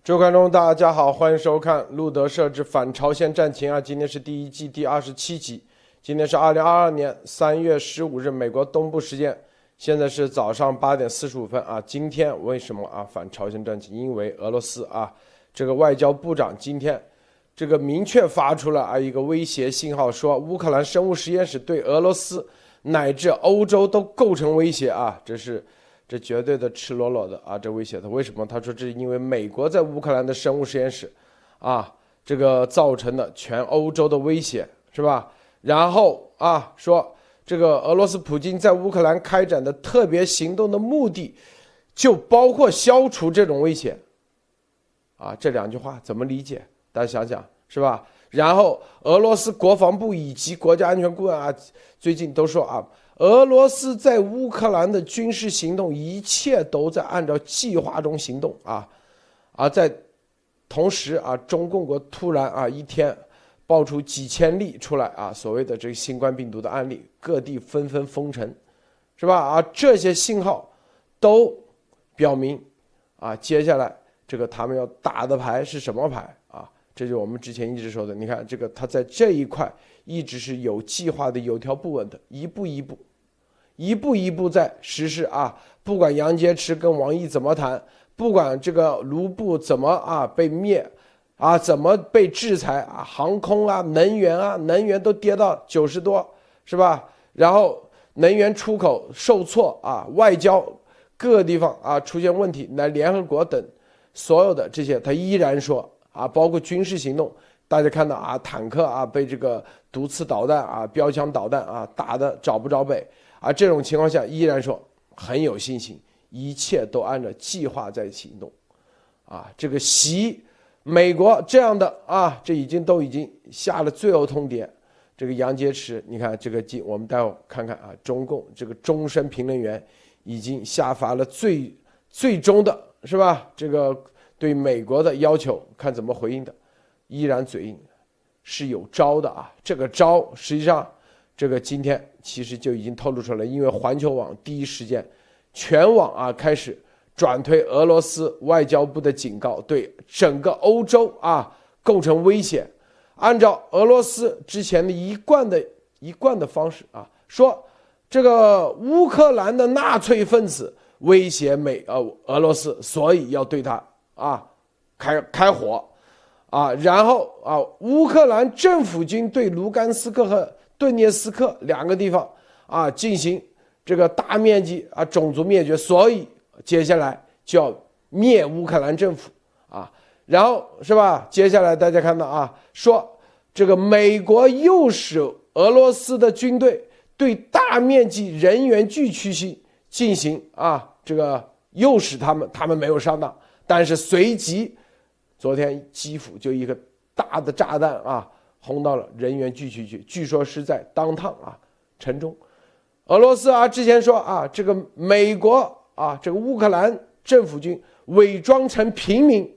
各位观众，大家好，欢迎收看路德社之反朝鲜战情啊！今天是第一季第27集，今天是2022年3月15日，美国东部时间，现在是早上8点45分啊。今天为什么啊反朝鲜战情？因为俄罗斯啊这个外交部长今天这个明确发出了一个威胁信号，说乌克兰生物实验室对俄罗斯乃至欧洲都构成威胁啊，这绝对的赤裸裸的这威胁他为什么？他说这是因为美国在乌克兰的生物实验室这个造成的全欧洲的威胁，是吧？然后说这个俄罗斯普京在乌克兰开展的特别行动的目的就包括消除这种威胁这两句话怎么理解？大家想想，是吧？然后俄罗斯国防部以及国家安全顾问最近都说俄罗斯在乌克兰的军事行动一切都在按照计划中行动在同时中共国突然一天爆出几千例出来所谓的这个新冠病毒的案例，各地纷纷封城，是吧？这些信号都表明接下来这个他们要打的牌是什么牌这就是我们之前一直说的，你看这个他在这一块一直是有计划的、有条不紊的，一步一步在实施不管杨洁篪跟王毅怎么谈，不管这个卢布怎么被灭怎么被制裁航空能源都跌到90多，是吧？然后能源出口受挫外交各个地方出现问题，来联合国等所有的这些他依然说包括军事行动，大家看到坦克被这个毒刺导弹标枪导弹打得找不着北这种情况下依然说很有信心，一切都按照计划在行动这个习美国这样的这都已经下了最后通牒。这个杨洁篪，你看这个我们待会看看中共这个终身评论员已经下发了最终的，是吧？这个对美国的要求看怎么回应的，依然嘴硬，是有招的这个招实际上这个今天其实就已经透露出来，因为环球网第一时间全网开始转推俄罗斯外交部的警告，对整个欧洲构成威胁。按照俄罗斯之前的一贯的方式说这个乌克兰的纳粹分子威胁俄罗斯，所以要对他开火然后乌克兰政府军对卢甘斯克和顿涅斯克两个地方进行这个大面积种族灭绝，所以接下来就要灭乌克兰政府然后是吧？接下来大家看到说这个美国诱使俄罗斯的军队对大面积人员聚集区进行这个诱使他们没有上当，但是随即昨天基辅就一个大的炸弹轰到了人员聚集区，据说是在当趟城中。俄罗斯之前说这个美国这个乌克兰政府军伪装成平民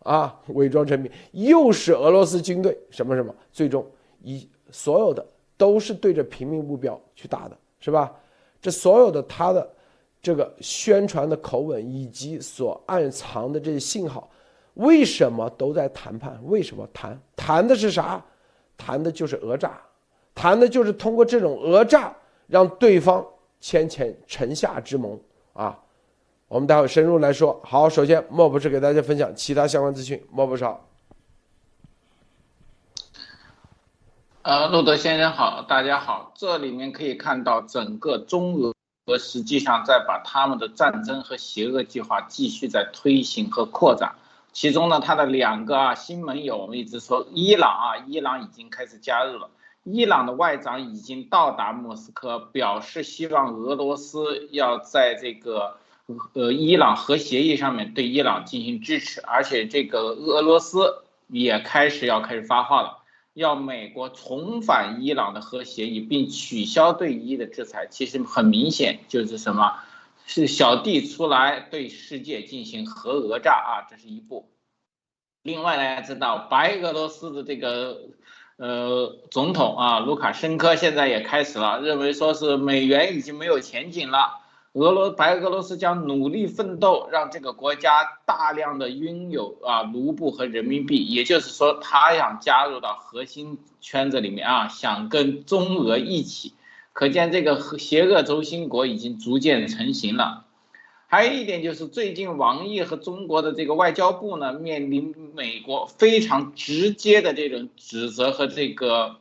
诱使俄罗斯军队什么什么，最终所有的都是对着平民目标去打的，是吧？这所有的他的这个宣传的口吻以及所暗藏的这些信号，为什么都在谈判？为什么谈的是啥？谈的就是讹诈，谈的就是通过这种讹诈让对方牵城下之盟我们待会深入来说。好，首先莫博士给大家分享其他相关资讯。莫博士好。 路德先生好，大家好。这里面可以看到整个中俄实际上在把他们的战争和邪恶计划继续在推行和扩展。其中呢，它的两个新盟友，我们一直说伊朗伊朗已经开始加入了。伊朗的外长已经到达莫斯科，表示希望俄罗斯要在这个伊朗核协议上面对伊朗进行支持，而且这个俄罗斯也开始发话了，要美国重返伊朗的核协议，并取消对伊的制裁。其实很明显就是什么？是小弟出来对世界进行核讹诈这是一步。另外大家知道，白俄罗斯的这个总统卢卡申科现在也开始了，认为说是美元已经没有前景了， 白俄罗斯将努力奋斗，让这个国家大量的拥有卢布和人民币，也就是说，他想加入到核心圈子里面想跟中俄一起，可见这个邪恶轴心国已经逐渐成型了。还有一点就是，最近王毅和中国的这个外交部呢，面临美国非常直接的这种指责和这个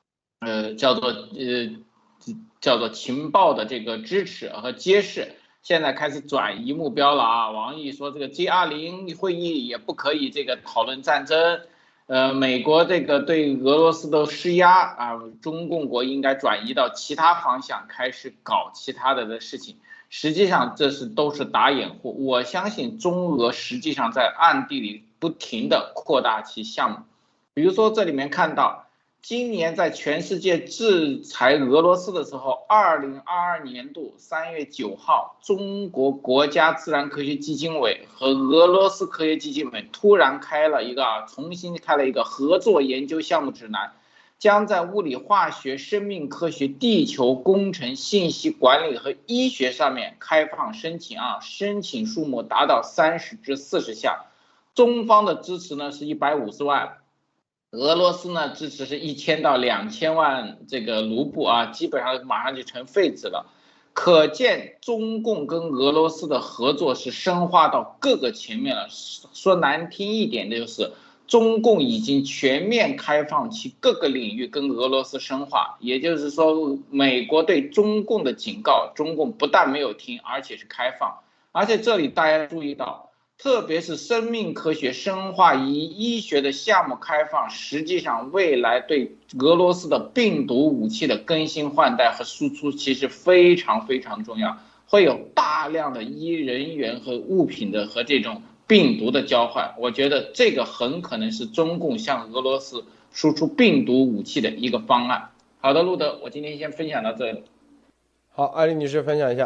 叫做情报的这个支持和揭示，现在开始转移目标了王毅说，这个 G20 会议也不可以这个讨论战争，美国这个对俄罗斯的施压中共国应该转移到其他方向，开始搞其他的事情。实际上这都是打掩护。我相信中俄实际上在暗地里不停地扩大其项目，比如说这里面看到。今年在全世界制裁俄罗斯的时候，2022年度3月9号，中国国家自然科学基金委和俄罗斯科学基金委突然重新开了一个合作研究项目指南，将在物理化学、生命科学、地球工程、信息管理和医学上面开放申请申请数目达到30至40项，中方的支持呢是150万。俄罗斯呢支持是1000到2000万这个卢布基本上马上就成废纸了。可见中共跟俄罗斯的合作是深化到各个层面了。说难听一点的就是，中共已经全面开放其各个领域跟俄罗斯深化。也就是说，美国对中共的警告，中共不但没有听，而且是开放。而且这里大家注意到。特别是生命科学、生化医学的项目开放，实际上未来对俄罗斯的病毒武器的更新换代和输出其实非常非常重要，会有大量的医人员和物品的和这种病毒的交换。我觉得这个很可能是中共向俄罗斯输出病毒武器的一个方案。好的，路德，我今天先分享到这里。 好，艾丽女士分享一下。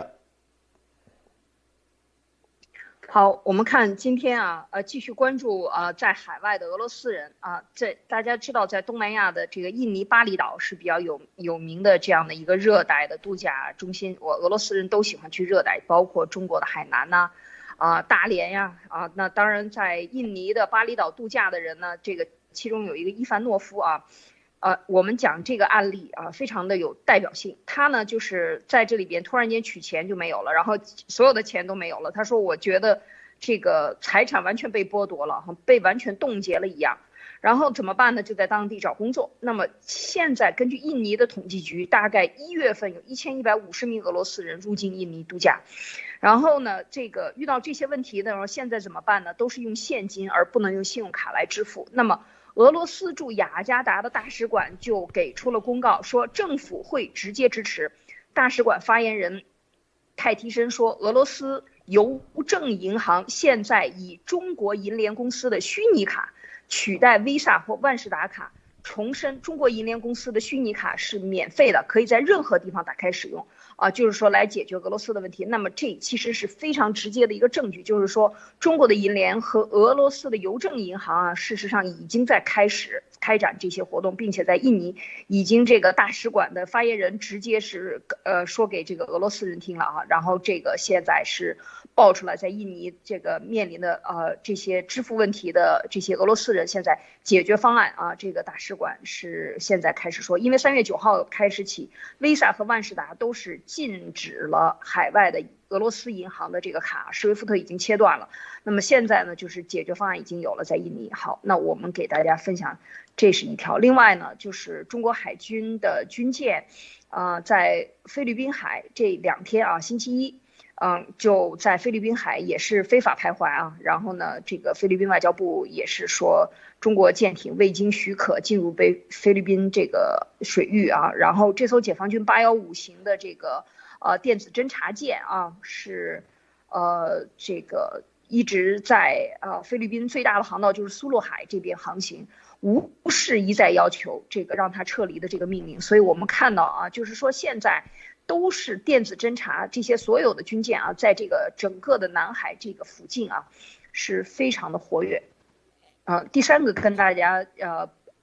好，我们看今天继续关注在海外的俄罗斯人大家知道，在东南亚的这个印尼巴厘岛是比较有名的这样的一个热带的度假中心，俄罗斯人都喜欢去热带，包括中国的海南大连呀那当然在印尼的巴厘岛度假的人呢，这个其中有一个伊凡诺夫我们讲这个案例非常的有代表性。他呢就是在这里边突然间取钱就没有了，然后所有的钱都没有了。他说我觉得这个财产完全被剥夺了，被完全冻结了一样。然后怎么办呢？就在当地找工作。那么现在根据印尼的统计局，大概1月份有1150名俄罗斯人入境印尼度假。然后呢，这个遇到这些问题的时候，现在怎么办呢？都是用现金而不能用信用卡来支付。那么俄罗斯驻雅加达的大使馆就给出了公告，说政府会直接支持。大使馆发言人泰提申说，俄罗斯邮政银行现在以中国银联公司的虚拟卡取代 Visa 或万事达卡，重申中国银联公司的虚拟卡是免费的，可以在任何地方打开使用就是说来解决俄罗斯的问题。那么这其实是非常直接的一个证据，就是说中国的银联和俄罗斯的邮政银行事实上已经在开始开展这些活动，并且在印尼已经这个大使馆的发言人直接是说给这个俄罗斯人听了然后这个现在是爆出来，在印尼这个面临的这些支付问题的这些俄罗斯人现在解决方案这个大使馆是现在开始说，因为3月9号开始起 Visa 和万事达都是禁止了海外的俄罗斯银行的这个卡，施威夫特已经切断了。那么现在呢，就是解决方案已经有了在印尼。好，那我们给大家分享，这是一条。另外呢，就是中国海军的军舰，在菲律宾海这2天星期一，就在菲律宾海也是非法徘徊然后呢，这个菲律宾外交部也是说，中国舰艇未经许可进入菲律宾这个水域然后这艘解放军815型的这个电子侦察舰是这个一直在菲律宾最大的航道就是苏禄海这边航行，无视一再要求这个让他撤离的这个命令。所以我们看到就是说现在都是电子侦察，这些所有的军舰在这个整个的南海这个附近是非常的活跃。第三个跟大家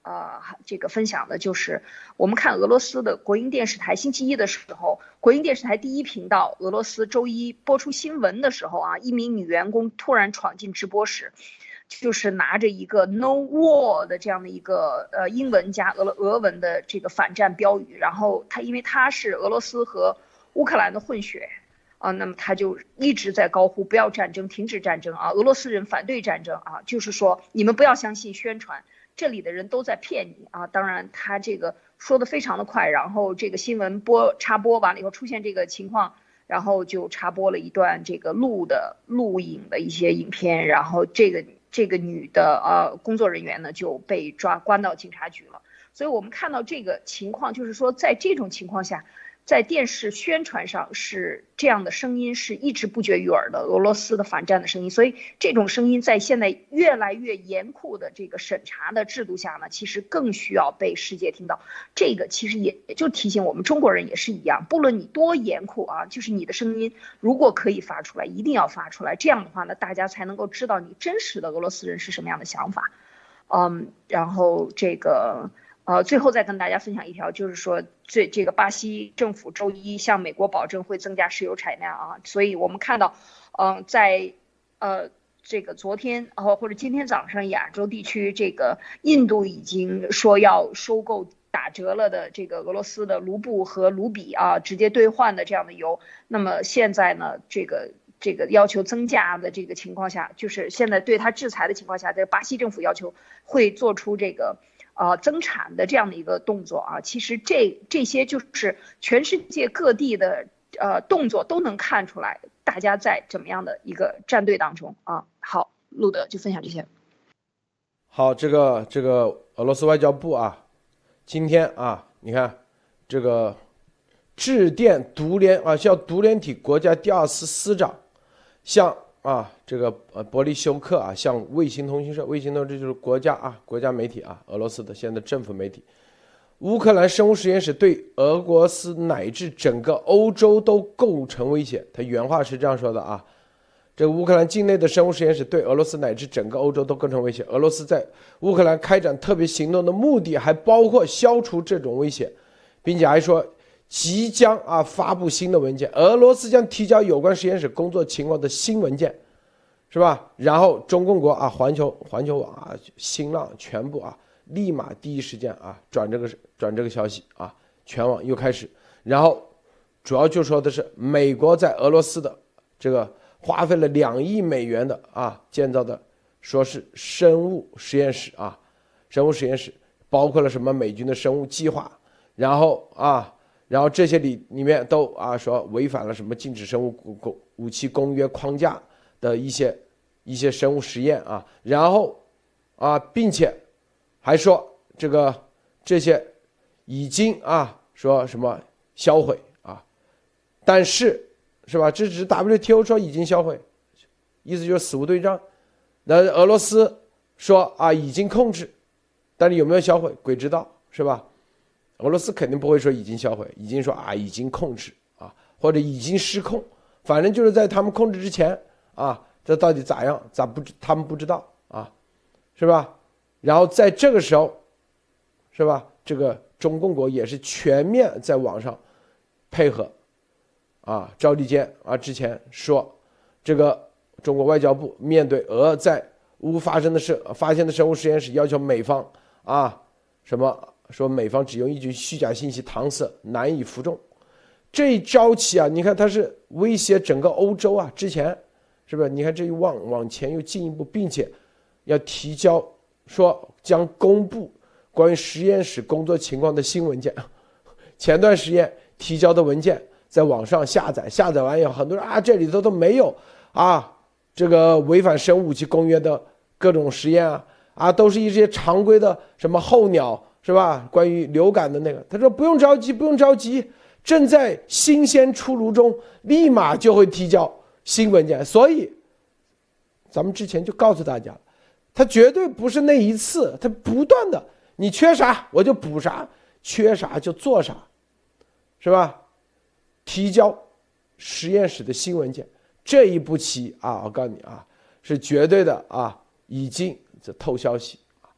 这个分享的就是，我们看俄罗斯的国营电视台星期一的时候，国营电视台第一频道俄罗斯周一播出新闻的时候啊，一名女员工突然闯进直播室，就是拿着一个 No War 的这样的一个英文加俄文的这个反战标语，然后因为她是俄罗斯和乌克兰的混血。那么他就一直在高呼不要战争，停止战争啊！俄罗斯人反对战争啊，就是说你们不要相信宣传，这里的人都在骗你啊！当然他这个说的非常的快，然后这个新闻插播完了以后出现这个情况，然后就插播了一段这个录影的一些影片，然后这个女的工作人员呢就被关到警察局了。所以我们看到这个情况，就是说在这种情况下。在电视宣传上是这样的声音是一直不绝于耳的，俄罗斯的反战的声音，所以这种声音在现在越来越严酷的这个审查的制度下呢，其实更需要被世界听到。这个其实也就提醒我们中国人也是一样，不论你多严酷啊，就是你的声音如果可以发出来，一定要发出来，这样的话呢，大家才能够知道你真实的俄罗斯人是什么样的想法。然后这个。最后再跟大家分享一条，就是说这个巴西政府周一向美国保证会增加石油产量啊，所以我们看到，在这个昨天或者今天早上亚洲地区，这个印度已经说要收购打折了的这个俄罗斯的卢布和卢比啊，直接兑换的这样的油。那么现在呢，这个要求增价的这个情况下，就是现在对他制裁的情况下，这个巴西政府要求会做出这个。增产的这样的一个动作啊，其实这些就是全世界各地的动作都能看出来，大家在怎么样的一个战队当中啊。好，路德就分享这些。 好，这个俄罗斯外交部啊，今天啊，你看这个致电向独联体国家第二司司长向。这个伯利修克啊，向卫星通讯社，卫星通讯社就是国家媒体啊，俄罗斯的现在政府媒体，乌克兰生物实验室对俄罗斯乃至整个欧洲都构成威胁。他原话是这样说的啊，这个乌克兰境内的生物实验室对俄罗斯乃至整个欧洲都构成威胁。俄罗斯在乌克兰开展特别行动的目的还包括消除这种威胁，并且还说。即将发布新的文件，俄罗斯将提交有关实验室工作情况的新文件，是吧？然后中共国环球网新浪全部立马第一时间转这个消息全网又开始，然后主要就说的是美国在俄罗斯的这个花费了2亿美元的建造的说是生物实验室生物实验室包括了什么美军的生物计划，然后这些里面都说违反了什么禁止生物武器公约框架的一些生物实验然后并且还说这些已经说什么销毁但是是吧？这只是 WTO 说已经销毁，意思就是死无对证。那俄罗斯说已经控制，但是有没有销毁鬼知道，是吧？俄罗斯肯定不会说已经销毁，已经说已经控制或者已经失控，反正就是在他们控制之前这到底咋样他们不知道是吧？然后在这个时候是吧，这个中共国也是全面在网上配合赵立坚之前说这个中国外交部面对俄在乌发现的生物实验室，要求美方什么说美方只用一句虚假信息搪塞，难以服众。这一招起你看他是威胁整个欧洲之前是不是？你看这一往前又进一步，并且要提交说将公布关于实验室工作情况的新文件。前段时间提交的文件在网上下载完以后，很多人这里头都没有这个违反生物武器公约的各种实验都是一些常规的什么候鸟是吧？关于流感的那个，他说不用着急，正在新鲜出炉中，立马就会提交新文件。所以咱们之前就告诉大家，他绝对不是那一次，他不断的，你缺啥我就补啥，缺啥就做啥，是吧？提交实验室的新文件，这一步棋我告诉你是绝对的已经这透消息。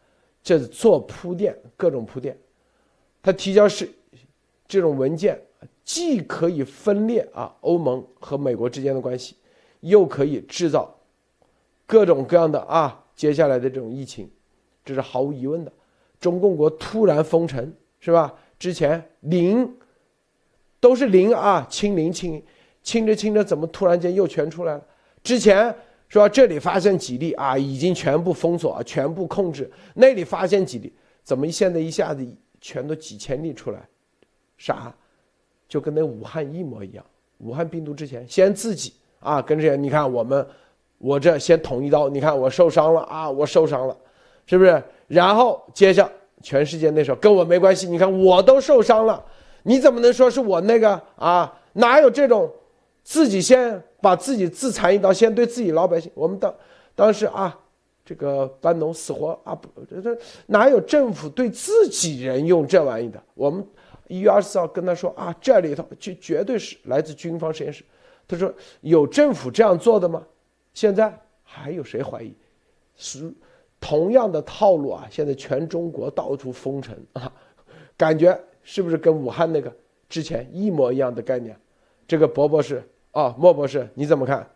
这是做铺垫，各种铺垫。他提交是这种文件，既可以分裂欧盟和美国之间的关系，又可以制造各种各样的接下来的这种疫情，这是毫无疑问的。中共国突然封城，是吧？之前零都是零清零，清着怎么突然间又全出来了？之前说这里发现几例已经全部封锁，全部控制，那里发现几例，怎么现在一下子全都几千例出来？啥？就跟那武汉一模一样。武汉病毒之前先自己跟这些，你看我这先捅一刀，你看我受伤了我受伤了，是不是？然后接着全世界那时候跟我没关系，你看我都受伤了，你怎么能说是我那个哪有这种自己先把自己自残一刀，先对自己老百姓？我们当时这个班农死活这哪有政府对自己人用这玩意的？我们1月24号跟他说这里头就绝对是来自军方实验室。他说有政府这样做的吗？现在还有谁怀疑？是同样的套路现在全中国到处封城感觉是不是跟武汉那个之前一模一样的概念？这个莫博士你怎么看？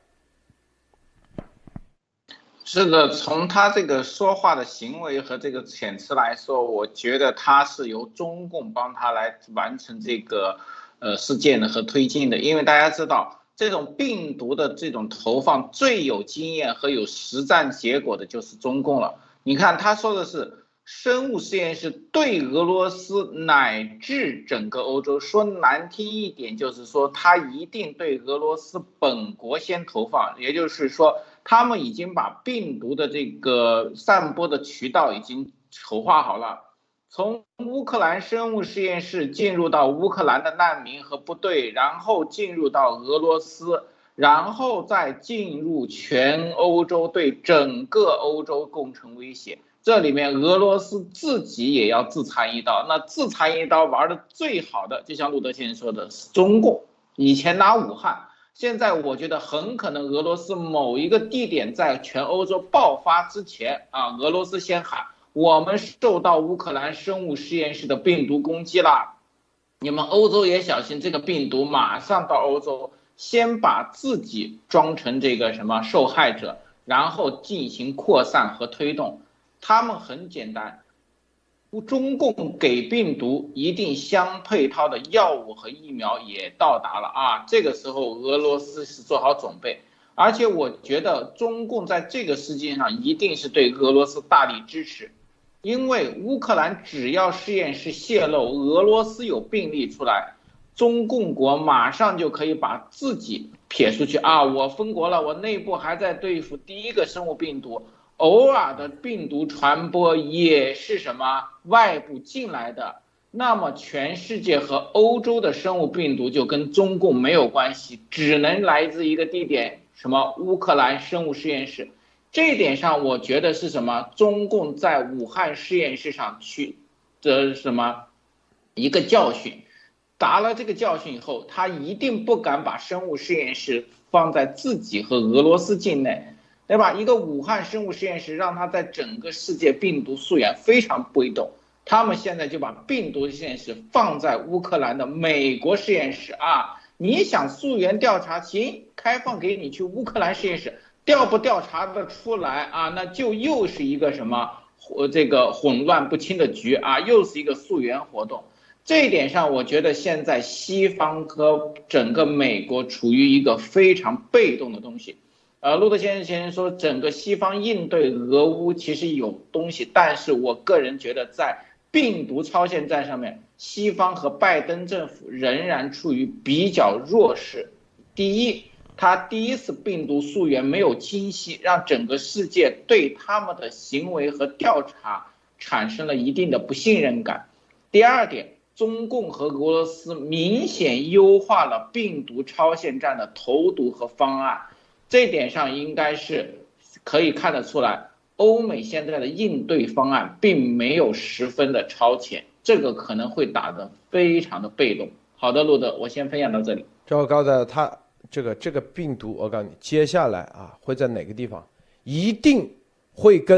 是的，从他这个说话的行为和这个遣词来说，我觉得他是由中共帮他来完成这个事件的和推进的。因为大家知道，这种病毒的这种投放最有经验和有实战结果的就是中共了。你看他说的是生物实验室对俄罗斯乃至整个欧洲，说难听一点就是说他一定对俄罗斯本国先投放，也就是说他们已经把病毒的这个散播的渠道已经筹划好了，从乌克兰生物实验室进入到乌克兰的难民和部队，然后进入到俄罗斯，然后再进入全欧洲，对整个欧洲构成威胁。这里面俄罗斯自己也要自残一刀，那自残一刀玩的最好的，就像路德先生说的，中共以前拿武汉，现在我觉得很可能俄罗斯某一个地点在全欧洲爆发之前俄罗斯先喊我们受到乌克兰生物实验室的病毒攻击啦，你们欧洲也小心，这个病毒马上到欧洲，先把自己装成这个什么受害者，然后进行扩散和推动。他们很简单，中共给病毒一定相配套的药物和疫苗也到达了这个时候俄罗斯是做好准备，而且我觉得中共在这个事件上一定是对俄罗斯大力支持，因为乌克兰只要实验室泄露俄罗斯有病例出来，中共国马上就可以把自己撇出去我封国了，我内部还在对付第一个生物病毒，偶尔的病毒传播也是什么外部进来的，那么全世界和欧洲的生物病毒就跟中共没有关系，只能来自一个地点，什么乌克兰生物实验室。这一点上我觉得是什么，中共在武汉实验室上去的什么一个教训，打了这个教训以后，他一定不敢把生物实验室放在自己和俄罗斯境内，对吧？一个武汉生物实验室让它在整个世界病毒溯源非常被动，他们现在就把病毒实验室放在乌克兰的美国实验室你想溯源调查，行，开放给你去乌克兰实验室，调不调查的出来那就又是一个什么这个混乱不清的局又是一个溯源活动。这一点上我觉得现在西方和整个美国处于一个非常被动的东西。路德先生说整个西方应对俄乌其实有东西，但是我个人觉得在病毒超限战上面，西方和拜登政府仍然处于比较弱势。第一，他第一次病毒溯源没有清晰，让整个世界对他们的行为和调查产生了一定的不信任感。第二点，中共和俄罗斯明显优化了病毒超限战的投毒和方案，这点上应该是可以看得出来，欧美现在的应对方案并没有十分的超前，这个可能会打得非常的被动。好的，路德，我先分享到这里。 我告诉他，这个病毒，我告诉你，接下来会在哪个地方，一定会跟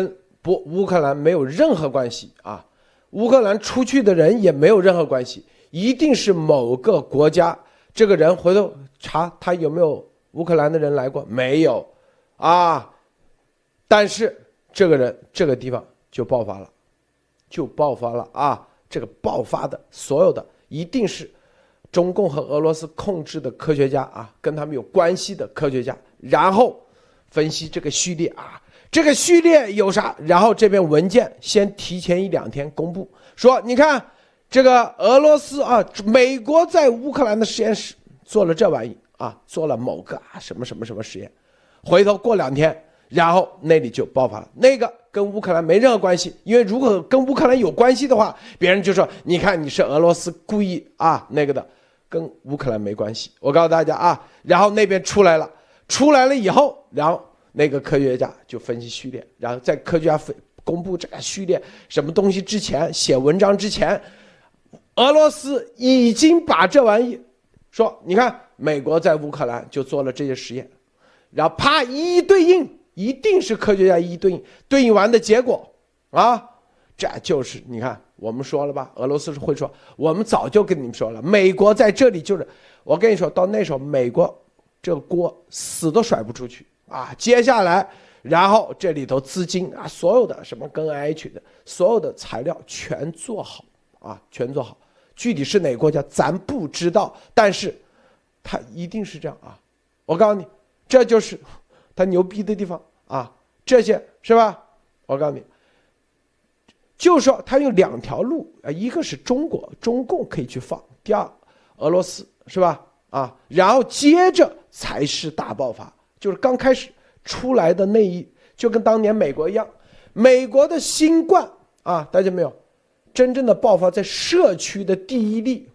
不，乌克兰没有任何关系啊，乌克兰出去的人也没有任何关系，一定是某个国家这个人回头查他有没有乌克兰的人来过，没有啊，但是这个人这个地方就爆发了啊，这个爆发的所有的一定是中共和俄罗斯控制的科学家啊，跟他们有关系的科学家，然后分析这个序列啊，这个序列有啥？然后这边文件先提前1-2天公布，说你看这个俄罗斯啊，美国在乌克兰的实验室做了这玩意啊，做了某个什么实验，回头过2天，然后那里就爆发了，那个跟乌克兰没任何关系，因为如果跟乌克兰有关系的话，别人就说你看你是俄罗斯故意啊那个的。跟乌克兰没关系，我告诉大家啊，然后那边出来了以后，然后那个科学家就分析序列，然后在科学家公布这个序列什么东西之前，写文章之前，俄罗斯已经把这玩意说，你看美国在乌克兰就做了这些实验，然后啪一对应，一定是科学家一对应，对应完的结果啊，这就是你看。我们说了吧，俄罗斯是会说，我们早就跟你们说了，美国在这里就是，我跟你说到那时候，美国这个锅死都甩不出去啊。接下来，然后这里头资金啊，所有的什么跟 NIH 的所有的材料全做好啊，全做好。具体是哪个国家咱不知道，但是它一定是这样啊。我告诉你，这就是它牛逼的地方啊，这些是吧？我告诉你。就是说他用2条路啊，一个是中共可以去放，第二俄罗斯是吧？啊，然后接着才是大爆发，就是刚开始出来的那就跟当年美国一样，美国的新冠啊，大家没有真正的爆发在社区的第一例，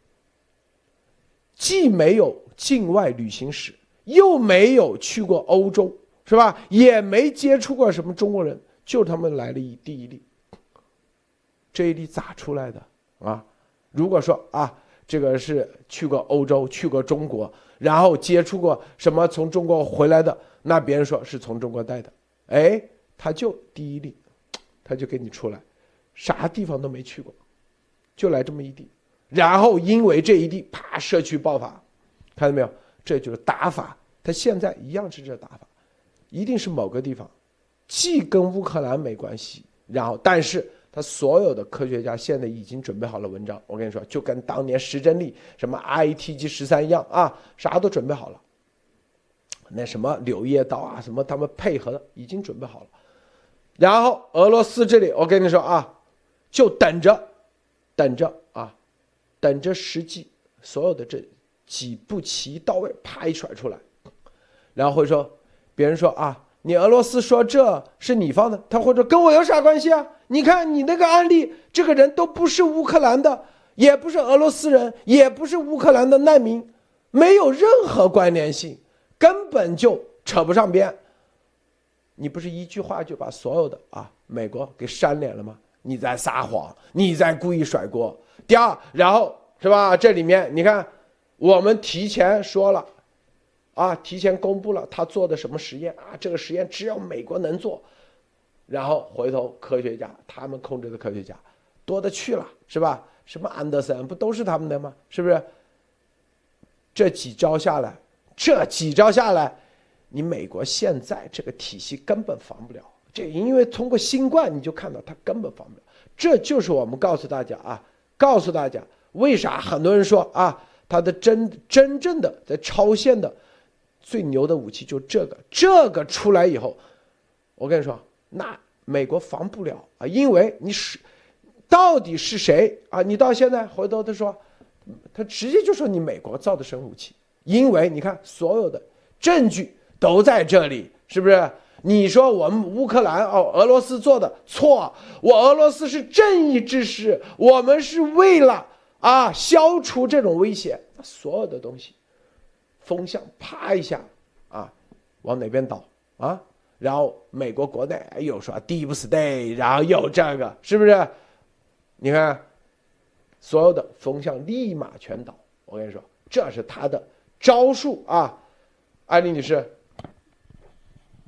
既没有境外旅行史，又没有去过欧洲是吧？也没接触过什么中国人，就他们来了第一例。这一例咋出来的啊？如果说啊，这个是去过欧洲、去过中国，然后接触过什么从中国回来的，那别人说是从中国带的，哎，他就第一例，他就给你出来，啥地方都没去过，就来这么一例，然后因为这一例，啪，社区爆发，看到没有？这就是打法，他现在一样是这打法，一定是某个地方，既跟乌克兰没关系，然后但是。他所有的科学家现在已经准备好了文章，我跟你说，就跟当年石珍丽什么 ITG13一样啊，啥都准备好了。那什么柳叶刀啊，什么他们配合的已经准备好了。然后俄罗斯这里，我跟你说啊，就等着啊，等着实际所有的这几步棋到位，啪一甩出来，然后会说，别人说啊。你俄罗斯说这是你放的，他或者跟我有啥关系啊？你看你那个案例，这个人都不是乌克兰的，也不是俄罗斯人，也不是乌克兰的难民，没有任何关联性，根本就扯不上边。你不是一句话就把所有的啊美国给扇脸了吗？你在撒谎，你在故意甩锅。第二，然后是吧？这里面你看，我们提前说了。啊，提前公布了他做的什么实验啊？这个实验只有美国能做，然后回头科学家，他们控制的科学家多的去了，是吧？什么安德森不都是他们的吗？是不是？这几招下来，你美国现在这个体系根本防不了。这因为通过新冠你就看到它根本防不了。这就是我们告诉大家啊，告诉大家为啥很多人说啊，它的真正的在超限的。最牛的武器就这个出来以后，我跟你说，那美国防不了啊，因为你是到底是谁啊？你到现在回头他说，他直接就说你美国造的生物武器，因为你看所有的证据都在这里，是不是？你说我们乌克兰俄罗斯做的错，我俄罗斯是正义之师，我们是为了啊消除这种威胁，所有的东西。风向啪一下啊，往哪边倒啊？然后美国国内又说 Deep State， 然后又这个，是不是？你看，所有的风向立马全倒。我跟你说，这是他的招数啊，艾丽女士，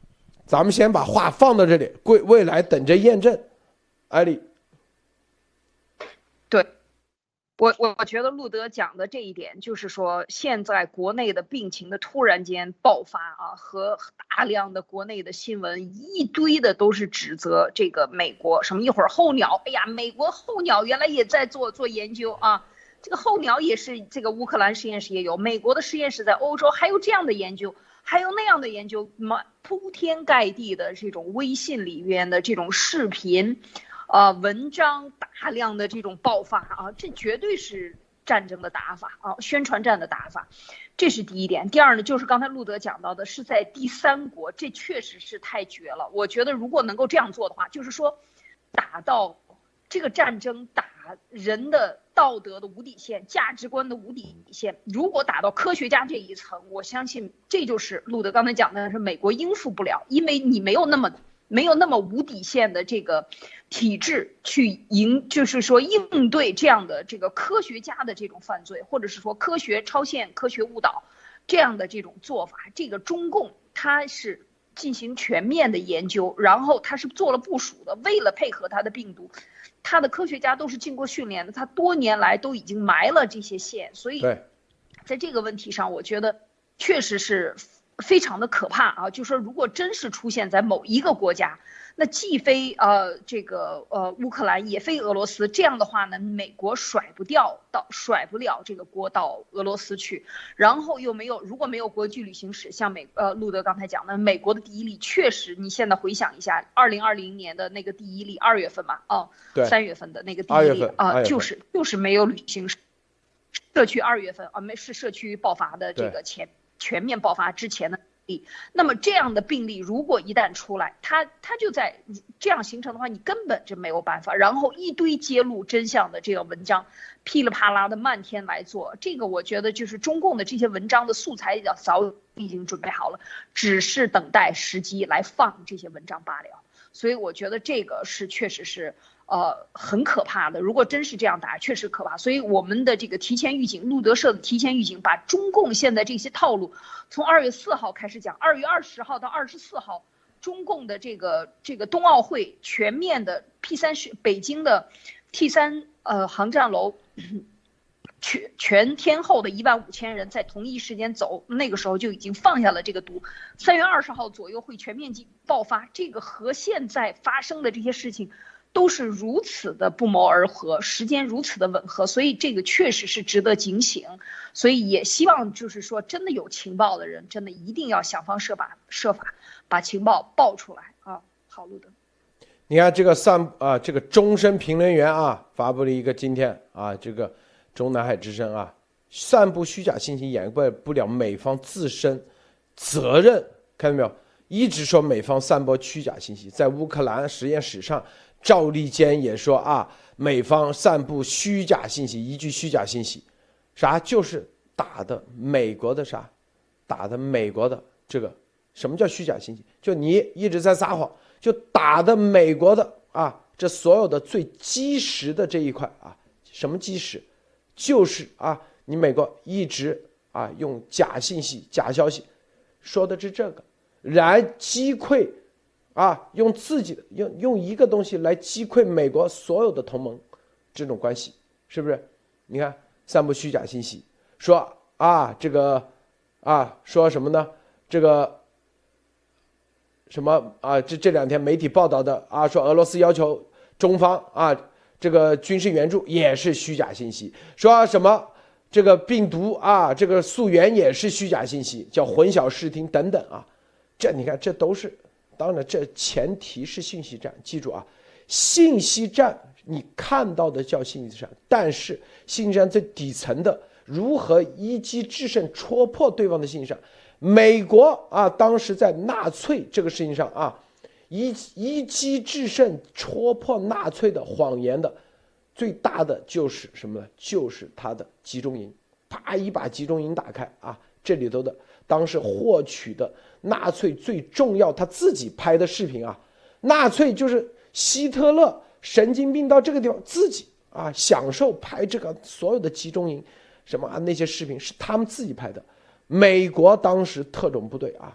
咱们先把话放到这里，未来等着验证。艾丽， 对。我觉得路德讲的这一点，就是说现在国内的病情的突然间爆发啊，和大量的国内的新闻一堆的都是指责这个美国什么一会儿候鸟，哎呀，美国候鸟原来也在做研究啊，这个候鸟也是这个乌克兰实验室也有，美国的实验室在欧洲还有这样的研究，还有那样的研究，铺天盖地的这种微信里面的这种视频。文章大量的这种爆发啊，这绝对是战争的打法啊，宣传战的打法，这是第一点。第二呢，就是刚才路德讲到的，是在第三国，这确实是太绝了。我觉得如果能够这样做的话，就是说，打到这个战争，打人的道德的无底线、价值观的无底线，如果打到科学家这一层，我相信这就是路德刚才讲的是美国应付不了，因为你没有那么无底线的这个体制去就是说应对这样的这个科学家的这种犯罪，或者是说科学超限、科学误导这样的这种做法。这个中共它是进行全面的研究，然后它是做了部署的，为了配合它的病毒，它的科学家都是经过训练的，它多年来都已经埋了这些线，所以在这个问题上，我觉得确实是非常的可怕啊！就说如果真是出现在某一个国家，那既非乌克兰，也非俄罗斯，这样的话呢，美国甩不了这个锅到俄罗斯去，然后又如果没有国际旅行史，像路德刚才讲的，美国的第一例确实，你现在回想一下2020年的那个第一例，2月份嘛，3月份的那个第一例啊，就是没有旅行史，社区2月份是社区爆发的这个全面爆发之前的病例，那么这样的病例如果一旦出来，它就在这样形成的话，你根本就没有办法。然后一堆揭露真相的这个文章，噼里啪啦的漫天来做，这个我觉得就是中共的这些文章的素材早已经准备好了，只是等待时机来放这些文章罢了。所以我觉得这个确实是很可怕的。如果真是这样打，确实可怕。所以我们的这个提前预警，路德社的提前预警，把中共现在这些套路，从2月4号开始讲，2月20号到24号，中共的这个冬奥会全面的 P3北京的 T3航站楼。全天候的15000人在同一时间走，那个时候就已经放下了这个毒。3月20号左右会全面爆发，这个和现在发生的这些事情都是如此的不谋而合，时间如此的吻合，所以这个确实是值得警醒。所以也希望就是说，真的有情报的人，真的一定要想方设法把情报爆出来啊！好，路德。 你看这个这个终身评论员啊，发布了一个今天啊，这个中南海之声啊，散布虚假信息掩盖不了美方自身责任，看到没有？一直说美方散播虚假信息，在乌克兰实验室上，赵立坚也说啊，美方散布虚假信息，一句虚假信息，啥就是打的美国的这个什么叫虚假信息？就你一直在撒谎，就打的美国的啊，这所有的最基石的这一块啊，什么基石？就是啊，你美国一直啊用假信息、假消息，说的是这个，然击溃啊，用自己的用一个东西来击溃美国所有的同盟，这种关系是不是？你看散布虚假信息，说啊这个啊说什么呢？这个什么啊这两天媒体报道的啊，说俄罗斯要求中方啊。这个军事援助也是虚假信息，说什么这个病毒啊，这个溯源也是虚假信息，叫混淆视听等等啊，这你看这都是，当然这前提是信息战，记住啊，信息战你看到的叫信息战，但是信息战最底层的如何一击制胜，戳破对方的信息战，美国啊当时在纳粹这个事情上啊。一击制胜，戳破纳粹的谎言的最大的就是什么呢？就是他的集中营，啪一把集中营打开啊，这里头的当时获取的纳粹最重要他自己拍的视频啊，纳粹就是希特勒神经病到这个地方自己啊享受拍这个所有的集中营什么啊那些视频是他们自己拍的，美国当时特种部队啊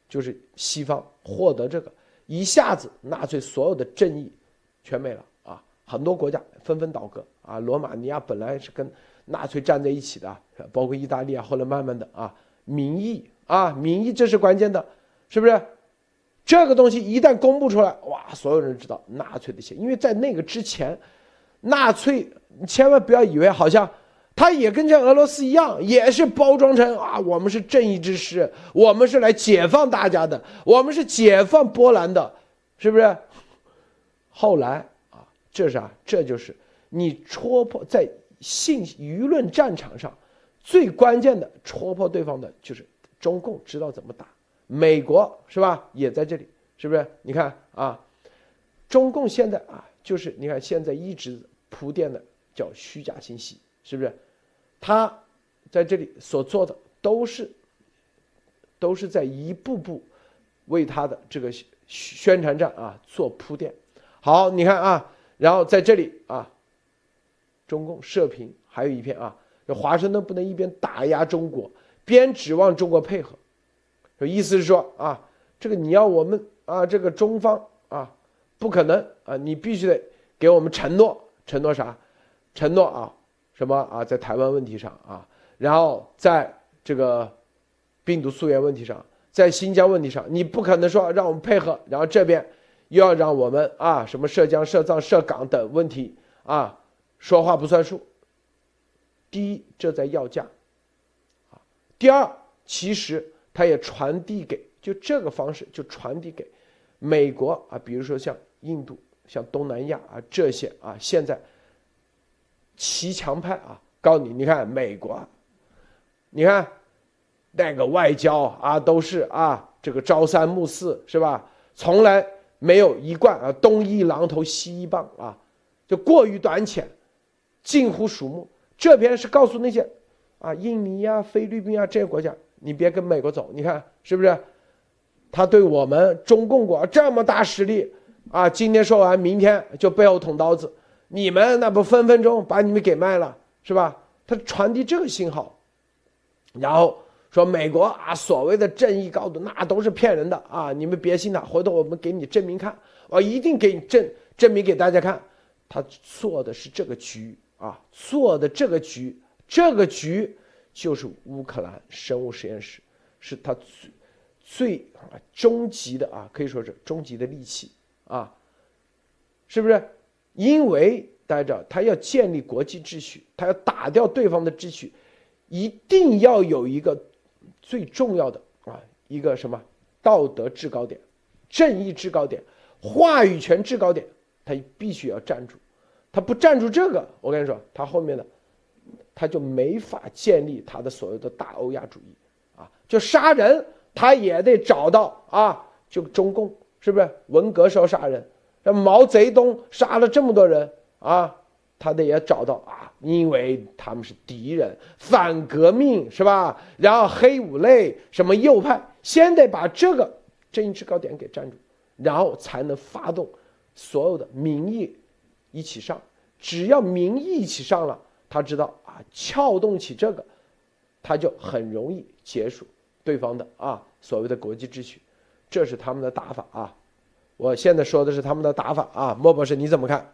就是西方获得这个，一下子纳粹所有的正义全没了啊，很多国家纷纷倒戈啊，罗马尼亚本来是跟纳粹站在一起的，包括意大利啊，后来慢慢的啊，民意这是关键的，是不是？这个东西一旦公布出来，哇，所有人知道纳粹的血，因为在那个之前，纳粹你千万不要以为好像他也跟这俄罗斯一样，也是包装成啊，我们是正义之师，我们是来解放大家的，我们是解放波兰的，是不是？后来啊，这是啊，这就是你戳破在舆论战场上最关键的戳破对方的，就是中共知道怎么打。美国是吧，也在这里，是不是？你看啊，中共现在啊，就是你看现在一直铺垫的叫虚假信息，是不是？他在这里所做的都是在一步步为他的这个宣传战啊做铺垫。好，你看啊，然后在这里啊，中共社评还有一篇啊，华盛顿不能一边打压中国，边指望中国配合。意思是说啊，这个你要我们啊，这个中方啊，不可能啊，你必须得给我们承诺，承诺啥？承诺啊，什么啊，在台湾问题上啊，然后在这个病毒溯源问题上，在新疆问题上，你不可能说让我们配合，然后这边又要让我们啊，什么涉疆、涉藏、涉港等问题啊，说话不算数。第一，这在要价啊；第二，其实他也传递给，就这个方式就传递给美国啊，比如说像印度、像东南亚啊这些啊，现在骑墙派啊，告诉你，你看美国，你看那个外交啊，都是啊这个朝三暮四是吧？从来没有一贯啊东一榔头西一棒啊，就过于短浅，近乎鼠目。这边是告诉那些啊印尼啊、菲律宾啊这些国家，你别跟美国走，你看是不是？他对我们中共国这么大实力啊，今天说完，明天就背后捅刀子，你们那不分分钟把你们给卖了，是吧？他传递这个信号，然后说美国啊所谓的正义高度那都是骗人的啊，你们别信他，回头我们给你证明看，我一定给你证明给大家看，他做的是这个局啊，做的这个局就是乌克兰生物实验室，是他最终极的啊，可以说是终极的利器啊，是不是？因为大家知道，他要建立国际秩序，他要打掉对方的秩序，一定要有一个最重要的啊，一个什么道德制高点、正义制高点、话语权制高点，他必须要站住。他不站住这个，我跟你说，他后面的他就没法建立他的所谓的大欧亚主义啊，就杀人他也得找到啊，就中共是不是文革时候杀人，毛泽东杀了这么多人啊，他得也找到啊，因为他们是敌人，反革命是吧？然后黑五类什么右派，先得把这个正义制高点给站住，然后才能发动所有的民意一起上。只要民意一起上了，他知道啊，撬动起这个，他就很容易结束对方的啊所谓的国际秩序，这是他们的打法啊。我现在说的是他们的打法啊，莫博士你怎么看？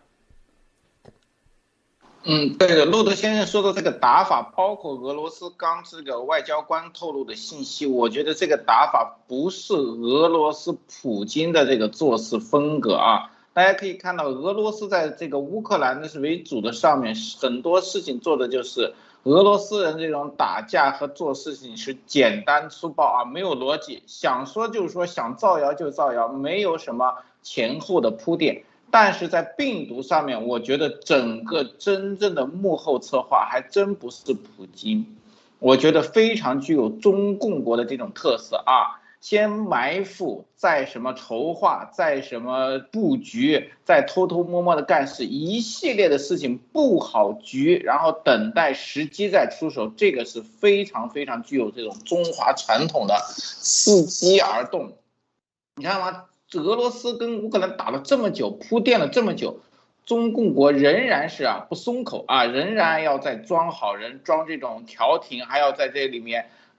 对的，路德先生说的这个打法，包括俄罗斯刚这个外交官透露的信息，我觉得这个打法不是俄罗斯普京的这个做事风格啊。大家可以看到，俄罗斯在这个乌克兰的为主的上面，很多事情做的就是俄罗斯人这种打架和做事情是简单粗暴啊，没有逻辑，想说就说，想造谣就造谣，没有什么前后的铺垫。但是在病毒上面，我觉得整个真正的幕后策划还真不是普京，我觉得非常具有中共国的这种特色啊。先埋伏，再什么筹划，再什么布局，再偷偷摸摸的干事，一系列的事情布好局，然后等待时机再出手，这个是非常非常具有这种中华传统的伺机而动。你看吗？俄罗斯跟乌克兰打了这么久，铺垫了这么久，中共国仍然是不松口啊，仍然要在装好人，装这种调停，还要在这里面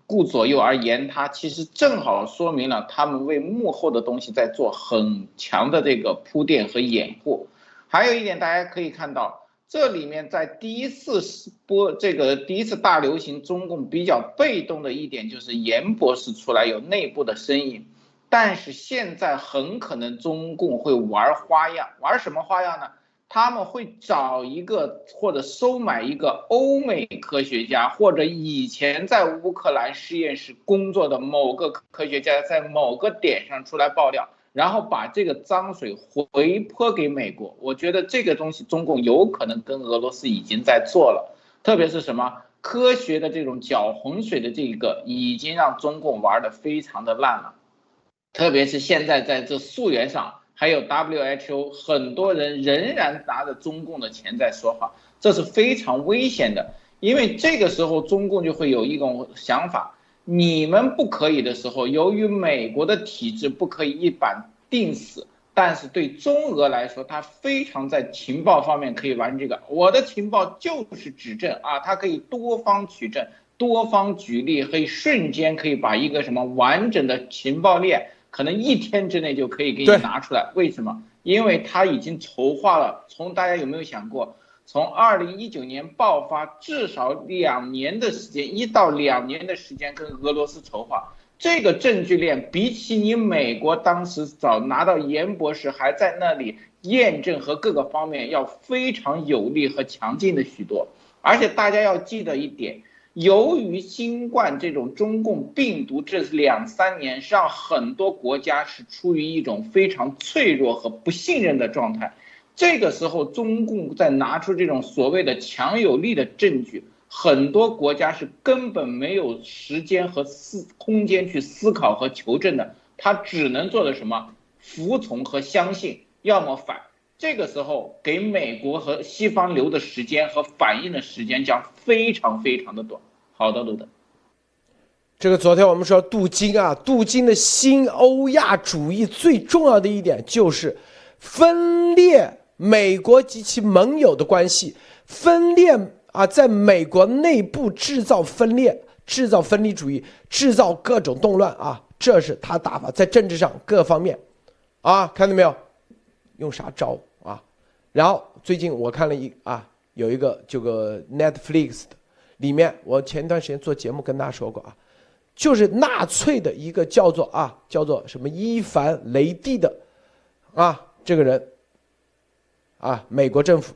顾左右而言他，其实正好说明了他们为幕后的东西在做很强的这个铺垫和掩护。还有一点大家可以看到，这里面在第一次大流行，中共比较被动的一点就是严博士出来有内部的声音，但是现在很可能中共会玩花样，玩什么花样呢？他们会找一个或者收买一个欧美科学家，或者以前在乌克兰实验室工作的某个科学家，在某个点上出来爆料，然后把这个脏水回泼给美国。我觉得这个东西中共有可能跟俄罗斯已经在做了，特别是什么科学的这种搅浑水的这个，已经让中共玩得非常的烂了。特别是现在在这溯源上，还有 WHO， 很多人仍然拿着中共的钱在说话，这是非常危险的。因为这个时候中共就会有一种想法，你们不可以的时候，由于美国的体制不可以一板定死，但是对中俄来说，它非常在情报方面可以玩这个，我的情报就是指证啊，它可以多方取证，多方举例，可以瞬间可以把一个什么完整的情报链可能1天之内就可以给你拿出来。为什么？因为他已经筹划了，大家有没有想过，从2019年爆发至少2年的时间，1到2年的时间跟俄罗斯筹划，这个证据链比起你美国当时早拿到严博士还在那里验证和各个方面要非常有力和强劲的许多。而且大家要记得一点，由于新冠这种中共病毒这2-3年让很多国家是处于一种非常脆弱和不信任的状态，这个时候中共在拿出这种所谓的强有力的证据，很多国家是根本没有时间和空间去思考和求证的，他只能做的什么？服从和相信，要么反。这个时候给美国和西方留的时间和反应的时间将非常非常的短。好的，路德， 这个昨天我们说杜金啊，杜金的新欧亚主义最重要的一点就是分裂美国及其盟友的关系，分裂啊，在美国内部制造分裂，制造分离主义，制造各种动乱啊，这是他打法，在政治上各方面啊，看到没有？用啥招啊？然后最近我看了有一个这个 Netflix 的，里面我前段时间做节目跟大家说过啊，就是纳粹的一个叫做什么伊凡雷帝的这个人美国政府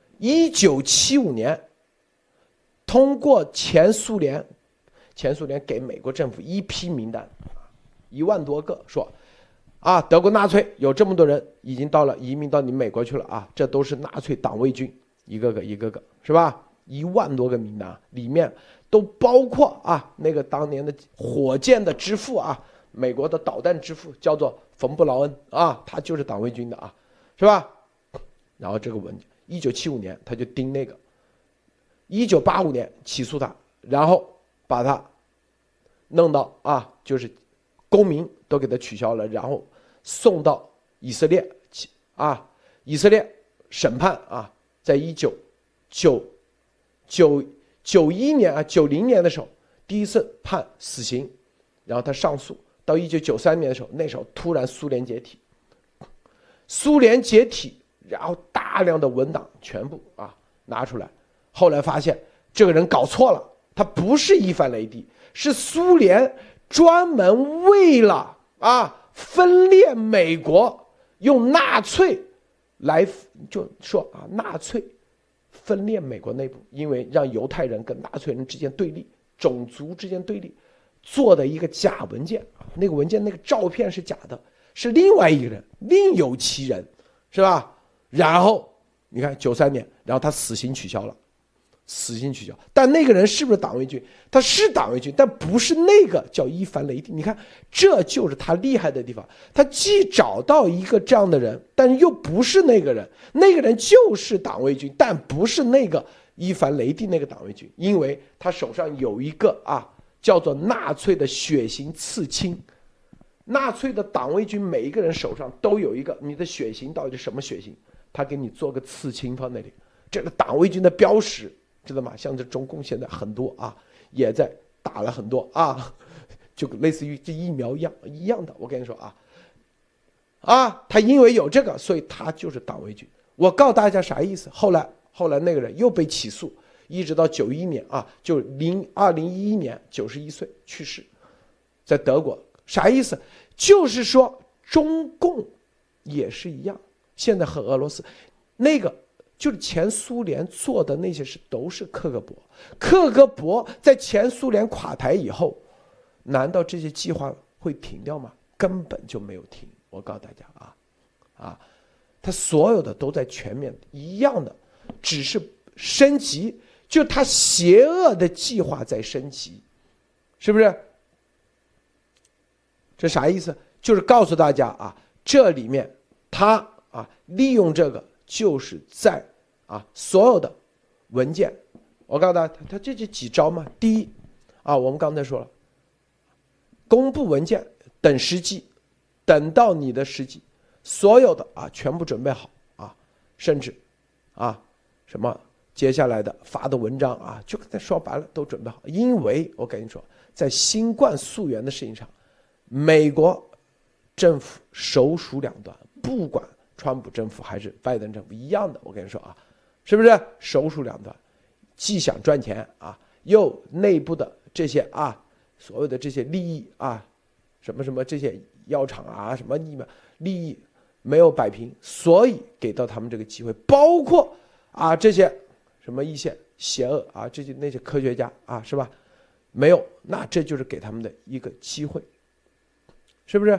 1975年通过前苏联给美国政府一批名单，1万多个，说德国纳粹有这么多人已经移民到你美国去了这都是纳粹党卫军，一个个是吧？1万多个名单里面都包括那个当年的火箭的之父美国的导弹之父叫做冯布劳恩他就是党卫军的是吧？然后这个文件1975年他就盯那个，1985年起诉他，然后把他弄到就是公民都给他取消了，然后送到以色列以色列审判在90年的时候第一次判死刑，然后他上诉到1993年的时候，那时候突然苏联解体，然后大量的文档全部拿出来，后来发现这个人搞错了，他不是伊凡雷帝，是苏联专门为了分裂美国，用纳粹来就说纳粹分裂美国内部，因为让犹太人跟纳粹人之间对立，种族之间对立，做的一个假文件，那个文件那个照片是假的，是另外一个人，另有其人，是吧？然后你看93年，然后他死刑取消了，但那个人是不是党卫军？他是党卫军，但不是那个叫伊凡雷帝。你看，这就是他厉害的地方，他既找到一个这样的人，但又不是那个人，那个人就是党卫军，但不是那个伊凡雷帝那个党卫军，因为他手上有一个叫做纳粹的血型刺青。纳粹的党卫军每一个人手上都有一个，你的血型到底是什么血型，他给你做个刺青放那里，这个党卫军的标识，知道吗？像这中共现在很多也在打了很多啊，就类似于这疫苗一样的。我跟你说他因为有这个，所以他就是党卫军。我告诉大家啥意思？后来那个人又被起诉，一直到91年就2011年91岁去世，在德国。啥意思？就是说中共也是一样，现在和俄罗斯那个就是前苏联做的那些事都是克格勃。克格勃在前苏联垮台以后，难道这些计划会停掉吗？根本就没有停。我告诉大家他所有的都在全面一样的，只是升级，就他邪恶的计划在升级，是不是？这啥意思？就是告诉大家这里面他利用这个，就是在所有的文件，我告诉大家，他这几招嘛。第一我们刚才说了，公布文件等时机，等到你的时机，所有的全部准备好甚至什么接下来的发的文章就说白了都准备好。因为我跟你说，在新冠溯源的事情上，美国政府首鼠两端，不管川普政府还是拜登政府一样的。我跟你说是不是首鼠两端？既想赚钱又内部的这些所有的这些利益什么这些药厂什么利益没有摆平，所以给到他们这个机会。包括这些什么一些邪恶这些那些科学家是吧？没有，那这就是给他们的一个机会，是不是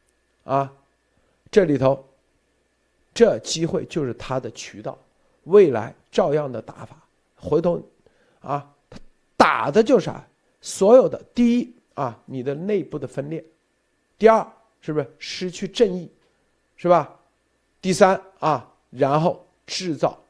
这里头这机会就是他的渠道，未来照样的打法。回头他打的就是所有的第一你的内部的分裂，第二是不是失去正义，是吧？第三然后制造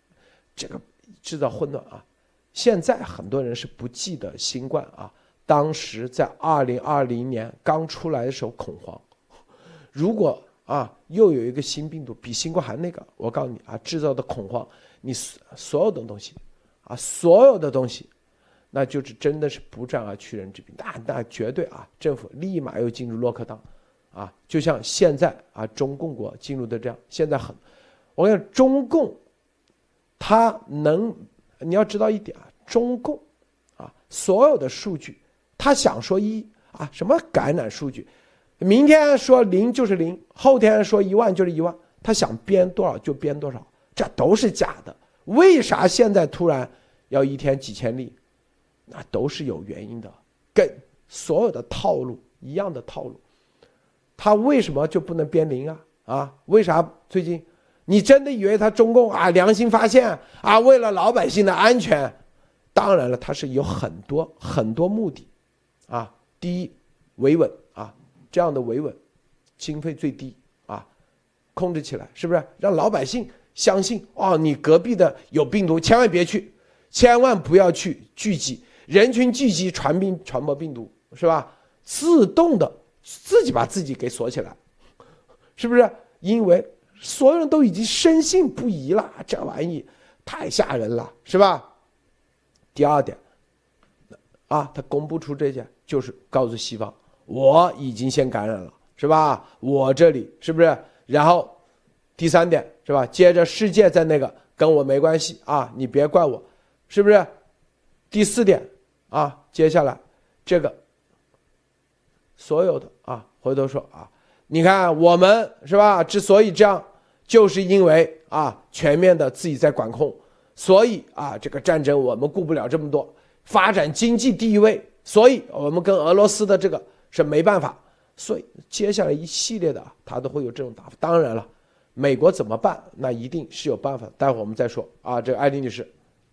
混乱现在很多人是不记得新冠当时在2020年刚出来的时候恐慌，如果又有一个新病毒比新冠还那个，我告诉你制造的恐慌，你所有的东西所有的东西，那就是真的是不战而屈人之兵，那绝对政府立马又进入洛克档就像现在中共国进入的这样。现在我跟你说，中共你要知道一点中共所有的数据，他想说什么感染数据，明天说0就是0，后天说1万就是1万，他想编多少就编多少，这都是假的。为啥现在突然要一天几千例？那都是有原因的，跟所有的套路一样的套路。他为什么就不能编0为啥最近你真的以为他中共良心发现为了老百姓的安全？当然了，他是有很多目的第一，维稳这样的维稳经费最低控制起来，是不是让老百姓相信你隔壁的有病毒，千万别去，千万不要去聚集，人群聚集传播病毒，是吧？自动的自己把自己给锁起来，是不是？因为所有人都已经深信不疑了，这玩意太吓人了，是吧？第二点他公布出这些，就是告诉西方我已经先感染了，是吧？我这里是不是？然后第三点是吧？接着世界在那个跟我没关系你别怪我，是不是？第四点接下来这个所有的回头说你看我们是吧？之所以这样，就是因为全面的自己在管控，所以这个战争我们顾不了这么多，发展经济第一位，所以我们跟俄罗斯的这个是没办法，所以接下来一系列的他都会有这种打法。当然了，美国怎么办？那一定是有办法，待会儿我们再说这个艾丽女士。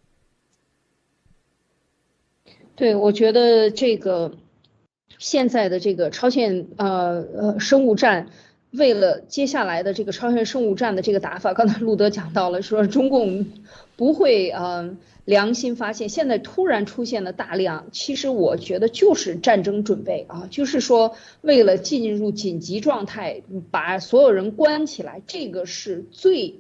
对，我觉得这个现在的这个朝鲜生物战，为了接下来的这个朝鲜生物战的这个打法，刚才路德讲到了，说中共不会良心发现，现在突然出现了大量，其实我觉得就是战争准备就是说为了进入紧急状态，把所有人关起来，这个是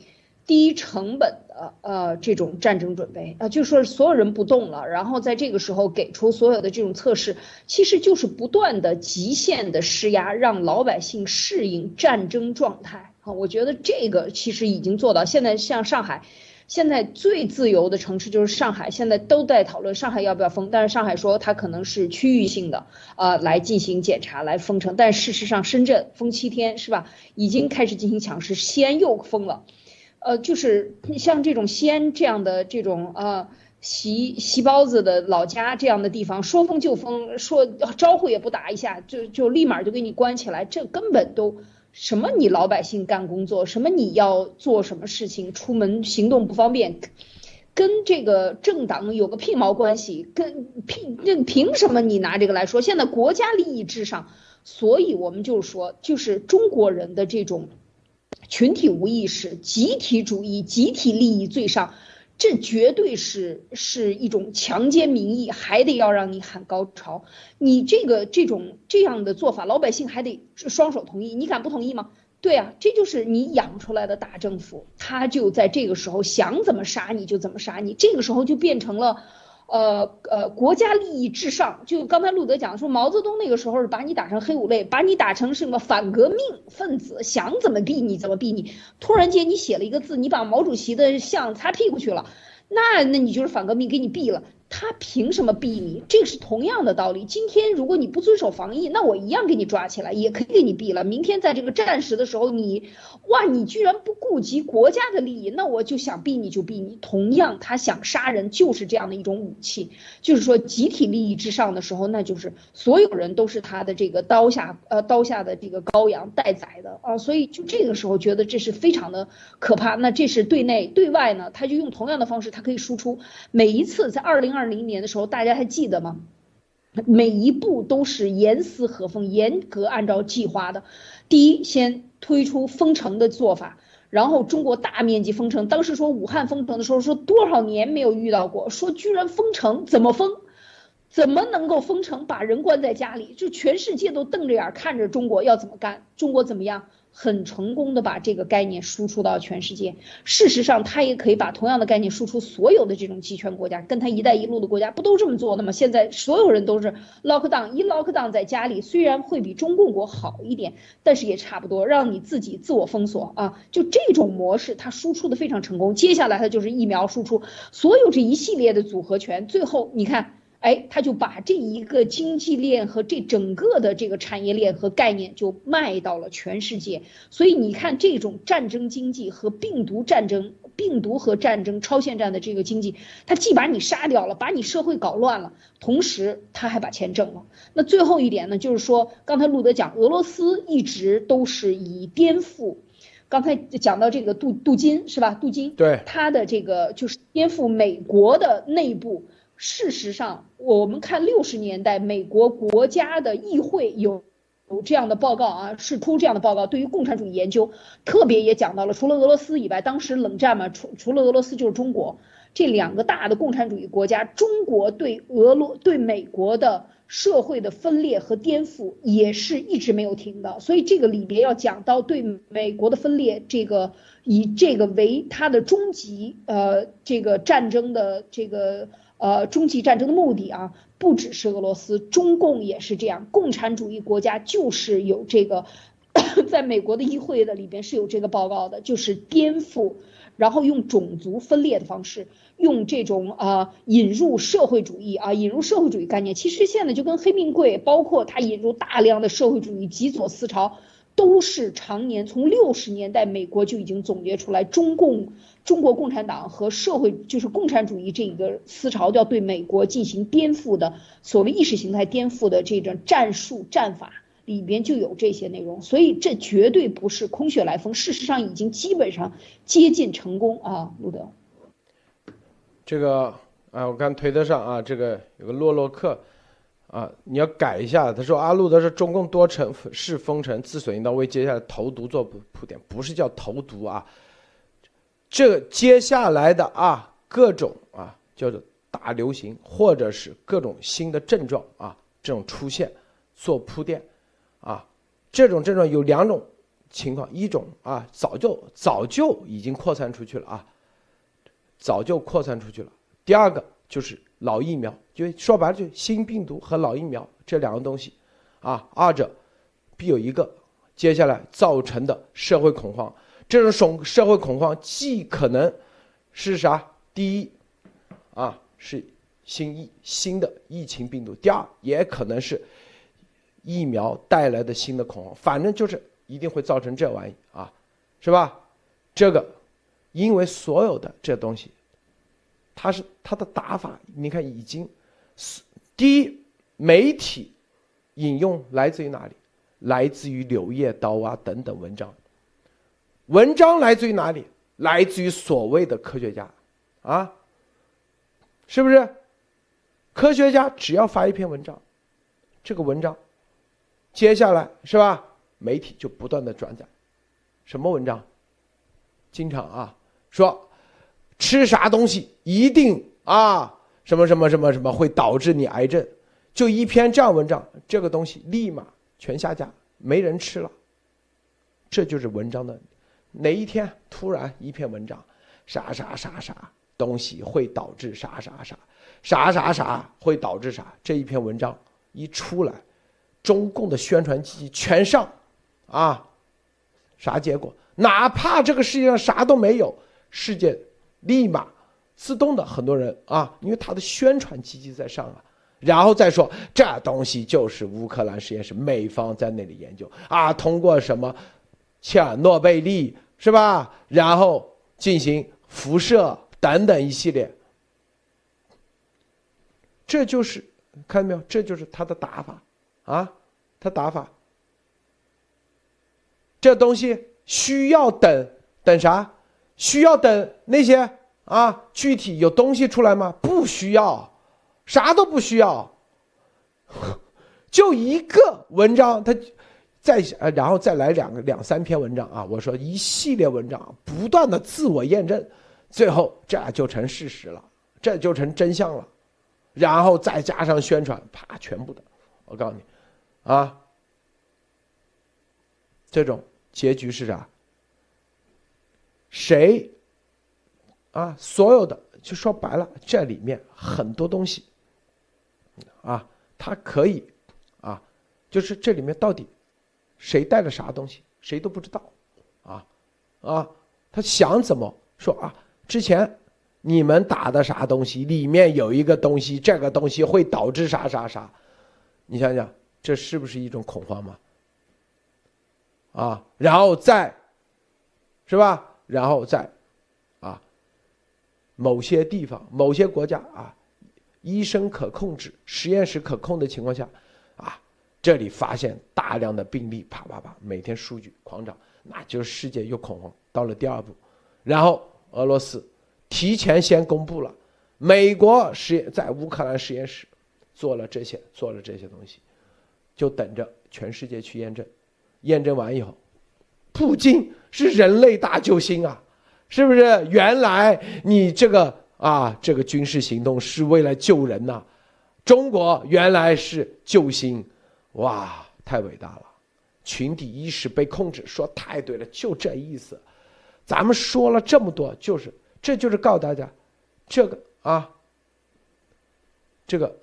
低成本的这种战争准备就是说所有人不动了，然后在这个时候给出所有的这种测试，其实就是不断的极限的施压，让老百姓适应战争状态我觉得这个其实已经做到。现在像上海，现在最自由的城市就是上海，现在都在讨论上海要不要封，但是上海说它可能是区域性的来进行检查来封城，但事实上深圳封7天是吧，已经开始进行抢市，西安又封了。就是像这种西安这样的这种席包子的老家这样的地方，说封就封，说招呼也不打一下，就立马就给你关起来，这根本都什么你老百姓干工作，什么你要做什么事情，出门行动不方便，跟这个政党有个屁毛关系？凭什么你拿这个来说？现在国家利益至上，所以我们就是说，就是中国人的这种群体无意识、集体主义、集体利益最上，这绝对是一种强奸民意，还得要让你喊高潮。你这样的做法，老百姓还得双手同意，你敢不同意吗？对啊，这就是你养出来的大政府，他就在这个时候想怎么杀你就怎么杀你，这个时候就变成了。国家利益至上，就刚才路德讲说，毛泽东那个时候是把你打成黑五类，把你打成什么反革命分子，想怎么毙你怎么毙你。突然间你写了一个字，你把毛主席的像擦屁股去了，那你就是反革命，给你毙了。他凭什么毙你？这个是同样的道理。今天如果你不遵守防疫，那我一样给你抓起来，也可以给你毙了。明天在这个战时的时候，你居然不顾及国家的利益，那我就想毙你就毙你。同样，他想杀人就是这样的一种武器，就是说集体利益之上的时候，那就是所有人都是他的这个刀下的这个羔羊待宰的所以就这个时候觉得这是非常的可怕。那这是对内，对外呢，他就用同样的方式，他可以输出。每一次在2020年的时候，大家还记得吗？每一步都是严丝合缝，严格按照计划的。第一，先推出封城的做法，然后中国大面积封城。当时说武汉封城的时候，说多少年没有遇到过，说居然封城，怎么封？怎么能够封城，把人关在家里？就全世界都瞪着眼看着中国要怎么干，中国怎么样？很成功的把这个概念输出到全世界。事实上，他也可以把同样的概念输出所有的这种集权国家，跟他一带一路的国家不都这么做的吗？现在所有人都是 lockdown 在家里，虽然会比中共国好一点，但是也差不多，让你自己自我封锁就这种模式，它输出的非常成功。接下来它就是疫苗输出，所有这一系列的组合拳，最后你看。他就把这一个经济链和这整个的这个产业链和概念就卖到了全世界。所以你看，这种战争经济和病毒和战争超限战的这个经济，它既把你杀掉了，把你社会搞乱了，同时它还把钱挣了。那最后一点呢，就是说，刚才路德讲，俄罗斯一直都是以颠覆。刚才讲到这个杜金是吧？杜金对他的这个就是颠覆美国的内部。事实上，我们看60年代美国国家的议会有这样的报告是出这样的报告，对于共产主义研究，特别也讲到了，除了俄罗斯以外，当时冷战嘛，除了俄罗斯就是中国这两个大的共产主义国家，中国对美国的社会的分裂和颠覆也是一直没有停的。所以这个里边要讲到对美国的分裂，这个以这个为它的终极这个战争的这个。终极战争的目的不只是俄罗斯，中共也是这样。共产主义国家就是有这个，在美国的议会的里边是有这个报告的，就是颠覆，然后用种族分裂的方式，用这种引入社会主义引入社会主义概念。其实现在就跟黑命贵，包括他引入大量的社会主义极左思潮。都是常年从60年代美国就已经总结出来，中国共产党和社会就是共产主义这个思潮要对美国进行颠覆的所谓意识形态颠覆的这种战术战法里边就有这些内容，所以这绝对不是空穴来风，事实上已经基本上接近成功路德。 这个我看推特上这个有个洛洛克。你要改一下。他说阿路德是中共多城市封城，自损一刀为接下来投毒做铺垫，不是叫投毒这个接下来的各种叫做大流行或者是各种新的症状这种出现做铺垫这种症状有2种情况，一种啊早就已经扩散出去了啊，早就扩散出去了。第二个就是老疫苗，就说白了就新病毒和老疫苗这两个东西啊，二者必有一个接下来造成的社会恐慌。这种社会恐慌既可能是啥？第一啊是新的疫情病毒，第二也可能是疫苗带来的新的恐慌，反正就是一定会造成这玩意啊，是吧？这个因为所有的这东西，它的打法，你看已经第一，媒体引用来自于哪里？来自于柳叶刀啊等等文章，文章来自于哪里？来自于所谓的科学家啊，是不是？科学家只要发一篇文章，这个文章接下来是吧？媒体就不断的转载，什么文章？经常啊说吃啥东西一定啊什么什么什么什么会导致你癌症，就一篇这样文章，这个东西立马全下架，没人吃了。这就是文章的哪一天突然一篇文章，啥啥啥啥东西会导致啥啥啥啥啥啥会导致啥，这一篇文章一出来，中共的宣传机器全上啊，啥结果？哪怕这个世界上啥都没有，世界立马自动的很多人啊，因为他的宣传机器在上啊，然后再说这东西就是乌克兰实验室美方在那里研究啊，通过什么切尔诺贝利是吧，然后进行辐射等等一系列，这就是看到没有？这就是他的打法啊，他打法。这东西需要等啥？需要等那些啊具体有东西出来吗？不需要，啥都不需要，就一个文章，他然后再来两三篇文章啊，我说一系列文章不断的自我验证，最后这就成事实了，这就成真相了，然后再加上宣传，啪，全部的，我告诉你啊，这种结局是啥？谁啊？所有的就说白了，这里面很多东西啊，它可以啊，就是这里面到底谁带了啥东西，谁都不知道啊，他想怎么说啊？之前你们打的啥东西，里面有一个东西，这个东西会导致啥啥啥，你想想，这是不是一种恐慌吗？啊，然后再是吧？然后再啊，某些地方、某些国家啊，医生可控制、实验室可控的情况下，啊，这里发现大量的病例，啪啪啪，每天数据狂涨，那就是世界又恐慌到了第二步。然后俄罗斯提前先公布了，美国在乌克兰实验室做了这些东西，就等着全世界去验证。验证完以后，普京是人类大救星啊，是不是？原来你这个军事行动是为了救人呐，中国原来是救星，哇，太伟大了！群体意识被控制，说太对了，就这意思。咱们说了这么多，这就是告诉大家，这个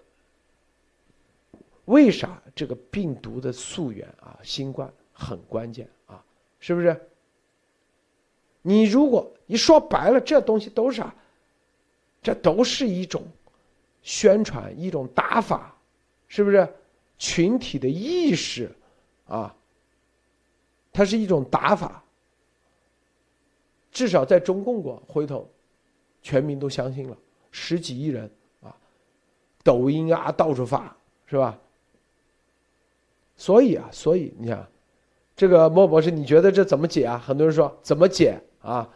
为啥这个病毒的溯源啊，新冠很关键啊，是不是？你如果一说白了，这东西都是啥？这都是一种宣传，一种打法，是不是？群体的意识啊，它是一种打法。至少在中共国，回头全民都相信了，10几亿人啊，抖音啊到处发，是吧？所以你看，这个莫博士，你觉得这怎么解啊？很多人说怎么解啊？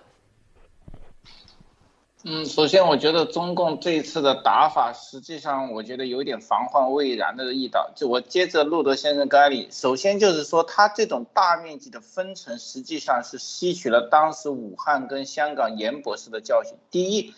首先我觉得中共这一次的打法，实际上我觉得有点防患未然的意道。就我接着路德先生跟案例，首先就是说，他这种大面积的分层，实际上是吸取了当时武汉跟香港严博士的教训。第一，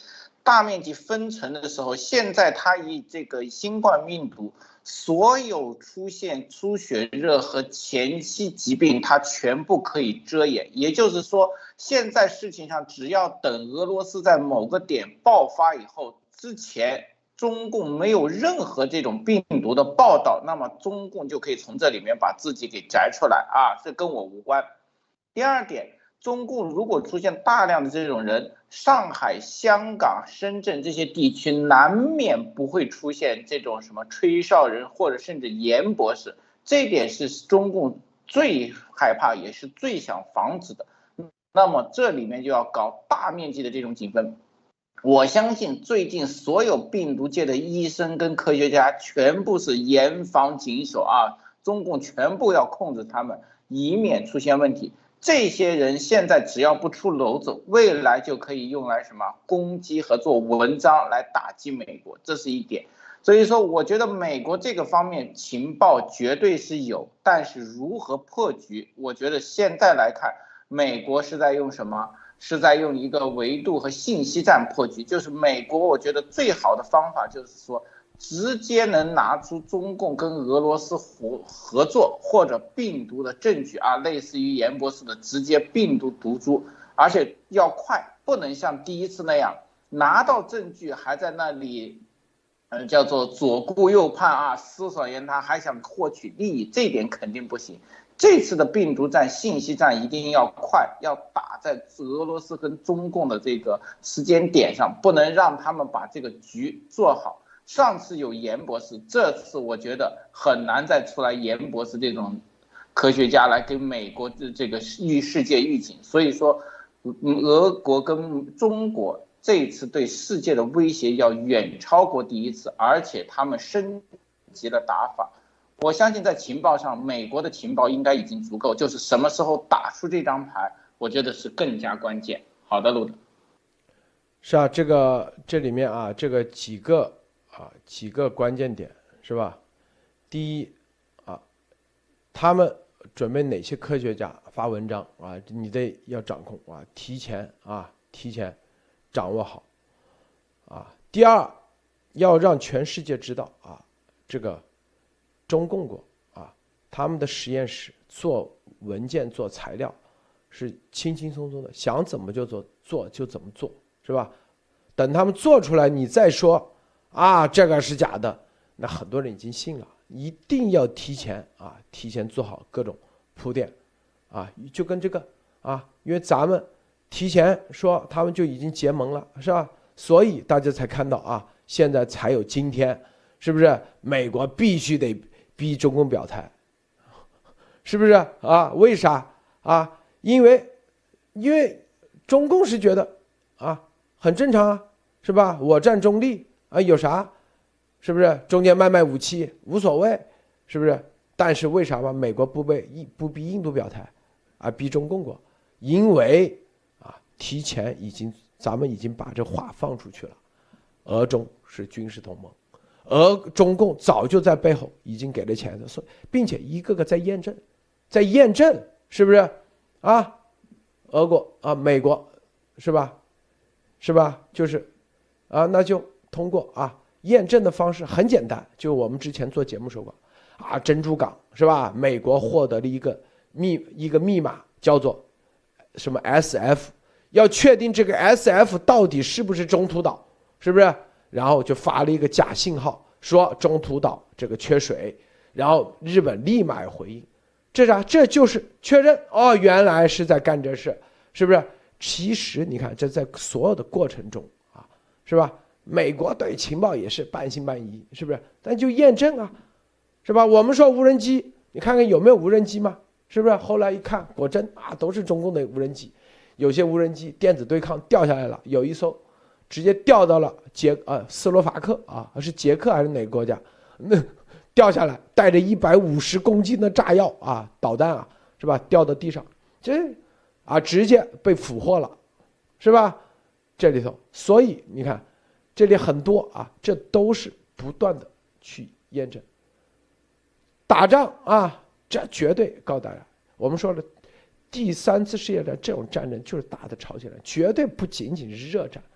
大面积封城的时候，现在它以这个新冠病毒所有出现出血热和前期疾病，它全部可以遮掩。也就是说，现在事情上只要等俄罗斯在某个点爆发以后，之前中共没有任何这种病毒的报道，那么中共就可以从这里面把自己给摘出来啊，这跟我无关。第二点，中共如果出现大量的这种人，上海、香港、深圳这些地区难免不会出现这种什么吹哨人或者甚至严博士，这点是中共最害怕也是最想防止的。那么这里面就要搞大面积的这种警分。我相信最近所有病毒界的医生跟科学家全部是严防谨守啊，中共全部要控制他们，以免出现问题。这些人现在只要不出篓子，未来就可以用来什么攻击和做文章来打击美国，这是一点。所以说我觉得美国这个方面情报绝对是有，但是如何破局，我觉得现在来看美国是在用什么，是在用一个维度和信息战破局。就是美国我觉得最好的方法就是说直接能拿出中共跟俄罗斯合作或者病毒的证据啊，类似于严博士的直接病毒毒株，而且要快，不能像第一次那样拿到证据还在那里叫做左顾右盼啊，思索言他，还想获取利益，这点肯定不行。这次的病毒战、信息战一定要快，要打在俄罗斯跟中共的这个时间点上，不能让他们把这个局做好。上次有严博士，这次我觉得很难再出来严博士这种科学家来给美国的这个世界预警。所以说，俄国跟中国这次对世界的威胁要远超过第一次，而且他们升级了打法。我相信在情报上，美国的情报应该已经足够，就是什么时候打出这张牌，我觉得是更加关键。好的，路德。 是啊，这里面啊，这个几个关键点是吧？第一啊，他们准备哪些科学家发文章啊？你得要掌控啊，提前掌握好啊。第二，要让全世界知道啊，这个中共国啊，他们的实验室做文件、做材料是轻轻松松的，想怎么就做就怎么做，是吧？等他们做出来，你再说啊，这个是假的，那很多人已经信了。一定要提前做好各种铺垫啊，就跟这个啊，因为咱们提前说他们就已经结盟了，是吧？所以大家才看到啊，现在才有今天，是不是？美国必须得逼中共表态，是不是啊？为啥啊？因为中共是觉得啊很正常啊，是吧？我站中立啊，有啥？是不是中间卖武器无所谓？是不是？但是为啥嘛？美国不逼印度表态，而逼中共国？因为啊，提前咱们已经把这话放出去了，俄中是军事同盟，而中共早就在背后已经给了钱的，并且一个个在验证，是不是？啊，俄国啊，美国，是吧？就是啊，那就通过啊。验证的方式很简单，就我们之前做节目说过，啊，珍珠港是吧？美国获得了一个密码，叫做什么 SF， 要确定这个 SF 到底是不是中途岛，是不是？然后就发了一个假信号，说中途岛这个缺水，然后日本立马回应，这啥？这就是确认哦，原来是在干这事，是不是？其实你看，这在所有的过程中啊，是吧？美国对情报也是半信半疑，是不是？但就验证啊，是吧？我们说无人机，你看看有没有无人机嘛？是不是？后来一看，果真啊，都是中共的无人机。有些无人机电子对抗掉下来了，有一艘直接掉到了斯洛伐克啊，是捷克还是哪个国家？那掉下来，带着150公斤的炸药啊，导弹啊，是吧？掉到地上，这啊直接被俘获了，是吧？这里头，所以你看。这里很多啊，这都是不断的去验证。打仗啊，这绝对告诉大家，我们说了，第3次世界大战这种战争就是打的朝鲜人，绝对不仅仅是热战，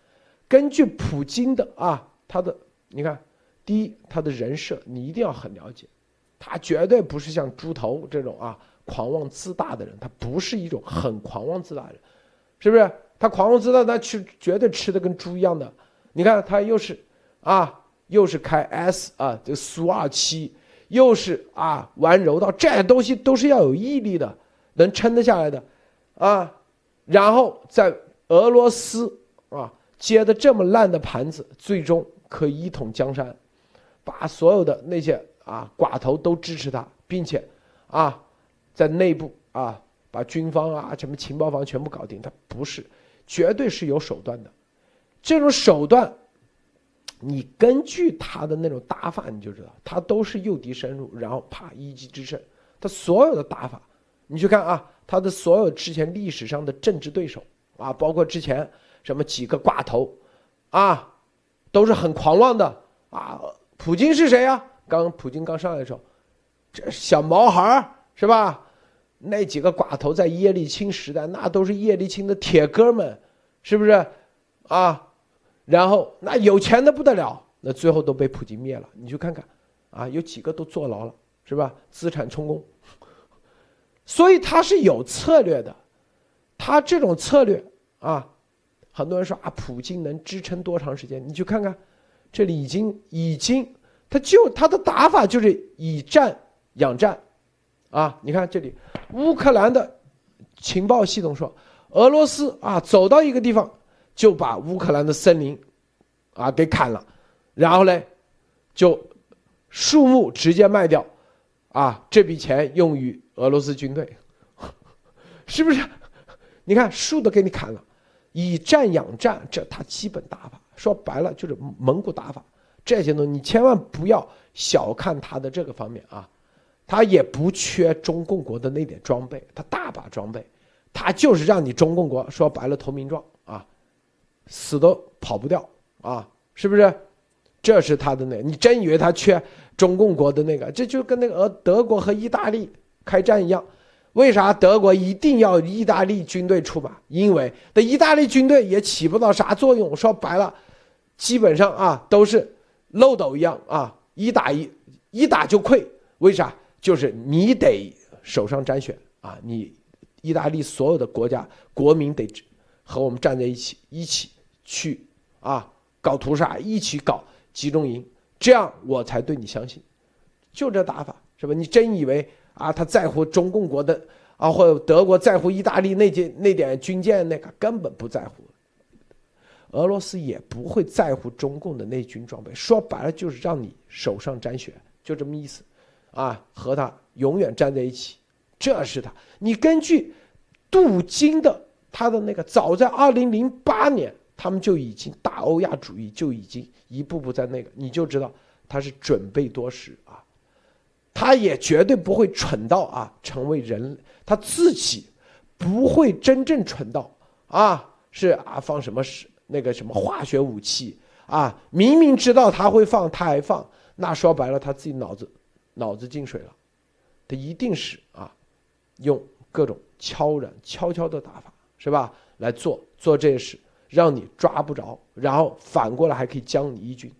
根据普京的他的你看，第一他的人设你一定要很了解，他绝对不是像猪头这种狂妄自大的人，他不是一种很狂妄自大的人，是不是？他狂妄自大，他绝对吃的跟猪一样的。你看他又是开 S 这个苏27，又是玩柔道，这些东西都是要有毅力的，能撑得下来的然后在俄罗斯接的这么烂的盘子，最终可以一统江山，把所有的那些寡头都支持他，并且在内部把军方什么情报方全部搞定。他不是，绝对是有手段的。这种手段，你根据他的那种打法，你就知道他都是诱敌深入，然后一击制胜。他所有的打法，你去看他的所有之前历史上的政治对手包括之前什么几个寡头都是很狂妄的普京是谁普京刚上来的时候，这小毛孩是吧？那几个寡头在叶利钦时代，那都是叶利钦的铁哥们，是不是然后那有钱的不得了，那最后都被普京灭了。你去看看有几个都坐牢了，是吧？资产充公。所以他是有策略的，他这种策略很多人说普京能支撑多长时间？你去看看，这里已经他的打法就是以战养战你看这里，乌克兰的情报系统说，俄罗斯走到一个地方就把乌克兰的森林给砍了，然后呢就树木直接卖掉这笔钱用于俄罗斯军队，是不是？你看树都给你砍了，以战养战，这他基本打法，说白了就是蒙古打法。这些东西你千万不要小看他的这个方面他也不缺中共国的那点装备，他大把装备，他就是让你中共国说白了投名状死都跑不掉是不是？这是他的你真以为他缺中共国的那个？这就跟那个德国和意大利开战一样，为啥德国一定要意大利军队出马？因为的意大利军队也起不到啥作用，说白了基本上都是漏斗一样一打就溃。为啥？就是你得手上沾血你意大利所有的国家国民得和我们站在一起去搞屠杀，一起搞集中营，这样我才对你相信。就这打法是吧？你真以为他在乎中共国的或者德国在乎意大利那点军舰？那个根本不在乎。俄罗斯也不会在乎中共的内军装备，说白了就是让你手上沾血，就这么意思和他永远站在一起。这是他，你根据杜金的他的那个，早在2008年他们就已经大欧亚主义就已经一步步在那个，你就知道他是准备多时他也绝对不会蠢到成为人，他自己不会真正蠢到是放什么那个什么化学武器明明知道他会放他还放，那说白了他自己脑子进水了。他一定是用各种悄悄的打法是吧，来做这些事，让你抓不着，然后反过来还可以将你一军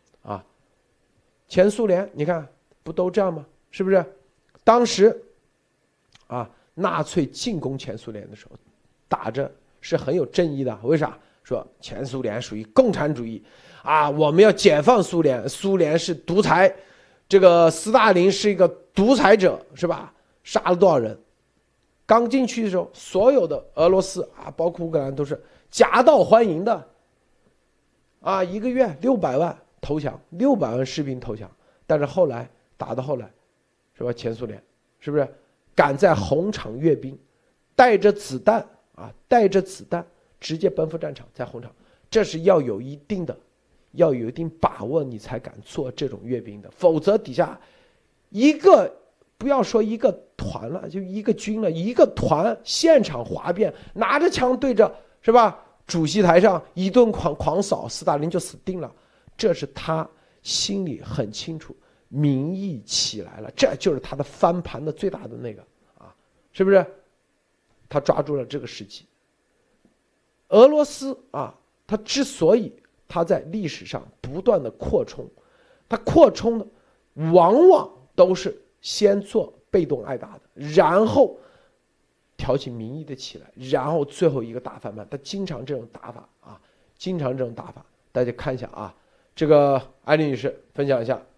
前苏联你看不都这样吗？是不是？当时纳粹进攻前苏联的时候打着是很有正义的。为啥？说前苏联属于共产主义我们要解放苏联，苏联是独裁，这个斯大林是一个独裁者是吧？杀了多少人？刚进去的时候，所有的俄罗斯包括乌克兰都是夹道欢迎的一个月600万投降，600万士兵投降。但是后来打到后来是吧？前苏联是不是赶在红场阅兵，带着子弹直接奔赴战场，在红场，这是要有一定把握你才敢做这种阅兵的，否则底下不要说一个团了，就一个军了，一个团现场哗变，拿着枪对着是吧？主席台上一顿狂扫，斯大林就死定了。这是他心里很清楚，民意起来了，这就是他的翻盘的最大的那个是不是？他抓住了这个时机。俄罗斯它之所以它在历史上不断的扩充，它扩充的往往都是先做被动挨打的，然后挑起民意的起来，然后最后一个大翻盘。它经常这种打法啊，经常这种打法，大家看一下啊。这个艾丽女士分享一下。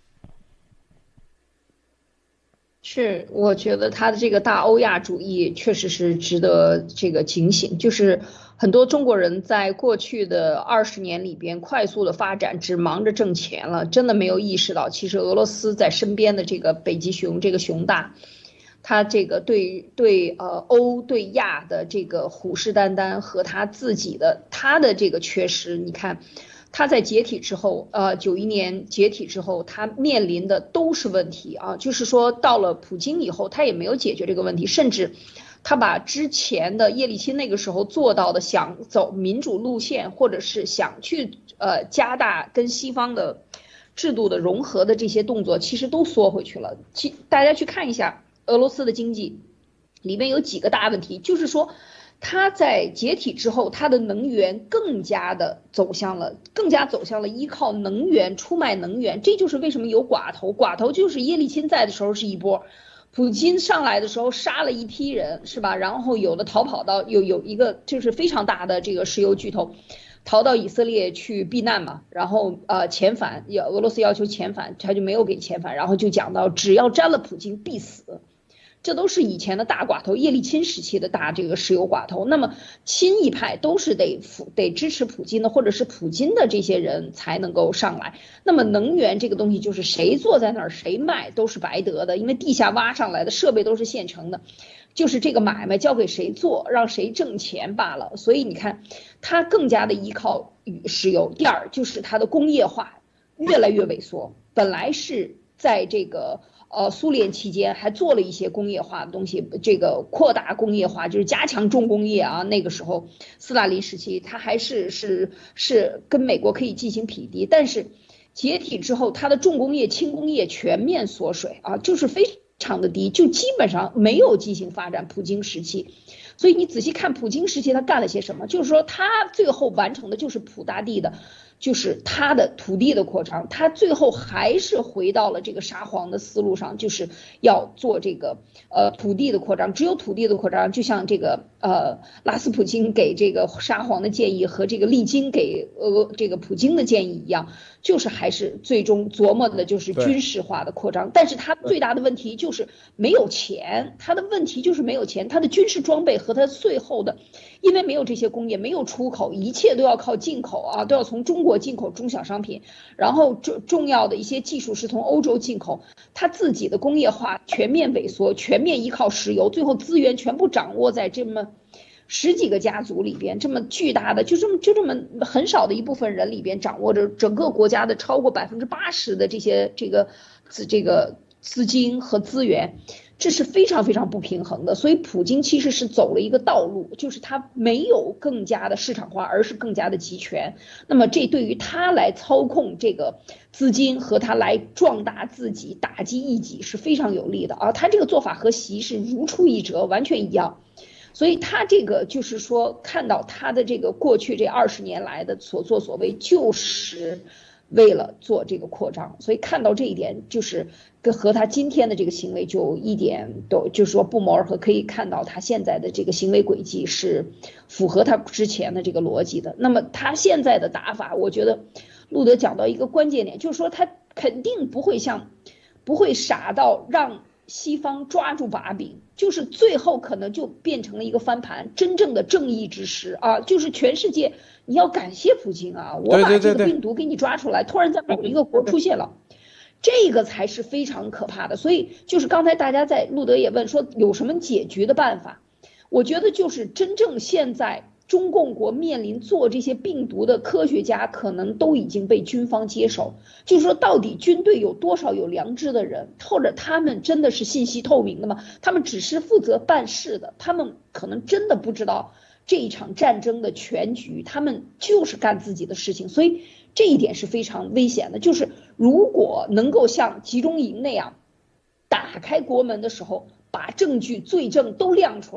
是，我觉得他的这个大欧亚主义确实是值得这个警醒。就是很多中国人在过去的20年里边快速的发展，只忙着挣钱了，真的没有意识到，其实俄罗斯在身边的这个北极熊这个熊大，他这个对欧对亚的这个虎视眈眈和他自己的他的这个缺失，你看。他在解体之后，91年解体之后，他面临的都是问题啊，就是说到了普京以后，他也没有解决这个问题，甚至他把之前的叶利钦那个时候做到的想走民主路线，或者是想去加大跟西方的制度的融合的这些动作，其实都缩回去了。大家去看一下俄罗斯的经济，里面有几个大问题，就是说。它在解体之后，它的能源更加走向了依靠能源出卖能源，这就是为什么有寡头。寡头就是叶利钦在的时候是一波，普京上来的时候杀了一批人，是吧？然后有的逃跑到有一个就是非常大的这个石油巨头，逃到以色列去避难嘛，然后遣返，俄罗斯要求遣返，他就没有给遣返，然后就讲到只要沾了普京必死。这都是以前的大寡头，叶利钦时期的大这个石油寡头。那么亲一派都是得支持普京的，或者是普京的这些人才能够上来。那么能源这个东西就是谁坐在那儿谁卖都是白得的，因为地下挖上来的设备都是现成的，就是这个买卖交给谁做，让谁挣钱罢了。所以你看，它更加的依靠石油。第二就是它的工业化越来越萎缩，本来是在这个。苏联期间还做了一些工业化的东西，这个扩大工业化就是加强重工业啊。那个时候，斯大林时期，它还是跟美国可以进行匹敌，但是解体之后，它的重工业、轻工业全面缩水啊，就是非常的低，就基本上没有进行发展。普京时期，所以你仔细看普京时期他干了些什么，就是说他最后完成的就是普大帝的。就是他的土地的扩张，他最后还是回到了这个沙皇的思路上，就是要做这个土地的扩张。只有土地的扩张，就像这个拉斯普京给这个沙皇的建议和这个利金给这个普京的建议一样，就是还是最终琢磨的就是军事化的扩张。但是他最大的问题就是没有钱，他的问题就是没有钱，他的军事装备和他最后的，因为没有这些工业，没有出口，一切都要靠进口啊，都要从中国进口中小商品，然后重要的一些技术是从欧洲进口，他自己的工业化全面萎缩，全面依靠石油，最后资源全部掌握在这么10几个家族里边，这么巨大的就这么很少的一部分人里边掌握着整个国家的超过80%的这个资金和资源。这是非常非常不平衡的，所以普京其实是走了一个道路，就是他没有更加的市场化，而是更加的集权。那么这对于他来操控这个资金和他来壮大自己、打击异己是非常有利的啊。他这个做法和习是如出一辙，完全一样。所以他这个就是说，看到他的这个过去这20年来的所作所为，就是为了做这个扩张，所以看到这一点，就是和他今天的这个行为就一点都就是说不谋而合，可以看到他现在的这个行为轨迹是符合他之前的这个逻辑的。那么他现在的打法，我觉得路德讲到一个关键点，就是说他肯定不会傻到让西方抓住把柄，就是最后可能就变成了一个翻盘，真正的正义之师啊，就是全世界你要感谢普京啊，我把这个病毒给你抓出来，突然在某一个国出现了，这个才是非常可怕的。所以就是刚才大家在路德也问说有什么解决的办法，我觉得就是真正现在中共国面临做这些病毒的科学家可能都已经被军方接手，就是说到底军队有多少有良知的人，或者他们真的是信息透明的吗？他们只是负责办事的，他们可能真的不知道这一场战争的全局，他们就是干自己的事情。所以这一点是非常危险的，就是如果能够像集中营那样打开国门的时候把证据罪证都亮出来，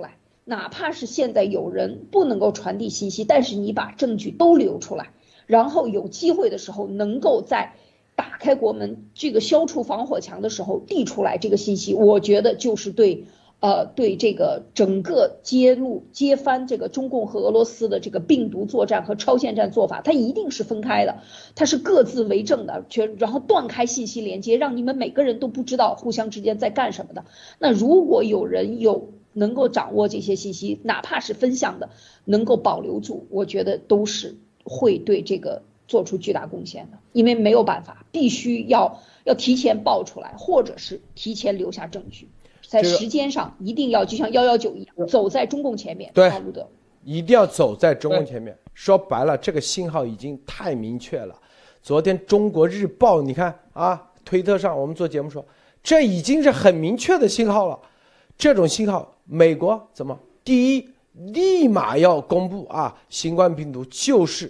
哪怕是现在有人不能够传递信息，但是你把证据都留出来，然后有机会的时候能够在打开国门这个消除防火墙的时候递出来这个信息，我觉得就是对这个整个揭翻这个中共和俄罗斯的这个病毒作战和超限战做法，它一定是分开的，它是各自为政的，然后断开信息连接，让你们每个人都不知道互相之间在干什么的。那如果有人能够掌握这些信息，哪怕是分享的，能够保留住，我觉得都是会对这个做出巨大贡献的。因为没有办法，必须要提前爆出来，或者是提前留下证据。在时间上一定要就像119一样，走在中共前面。 对，一定要走在中共前面。说白了，这个信号已经太明确了。昨天中国日报，你看啊，推特上我们做节目说，这已经是很明确的信号了。这种信号，美国怎么？第一，立马要公布啊，新冠病毒就是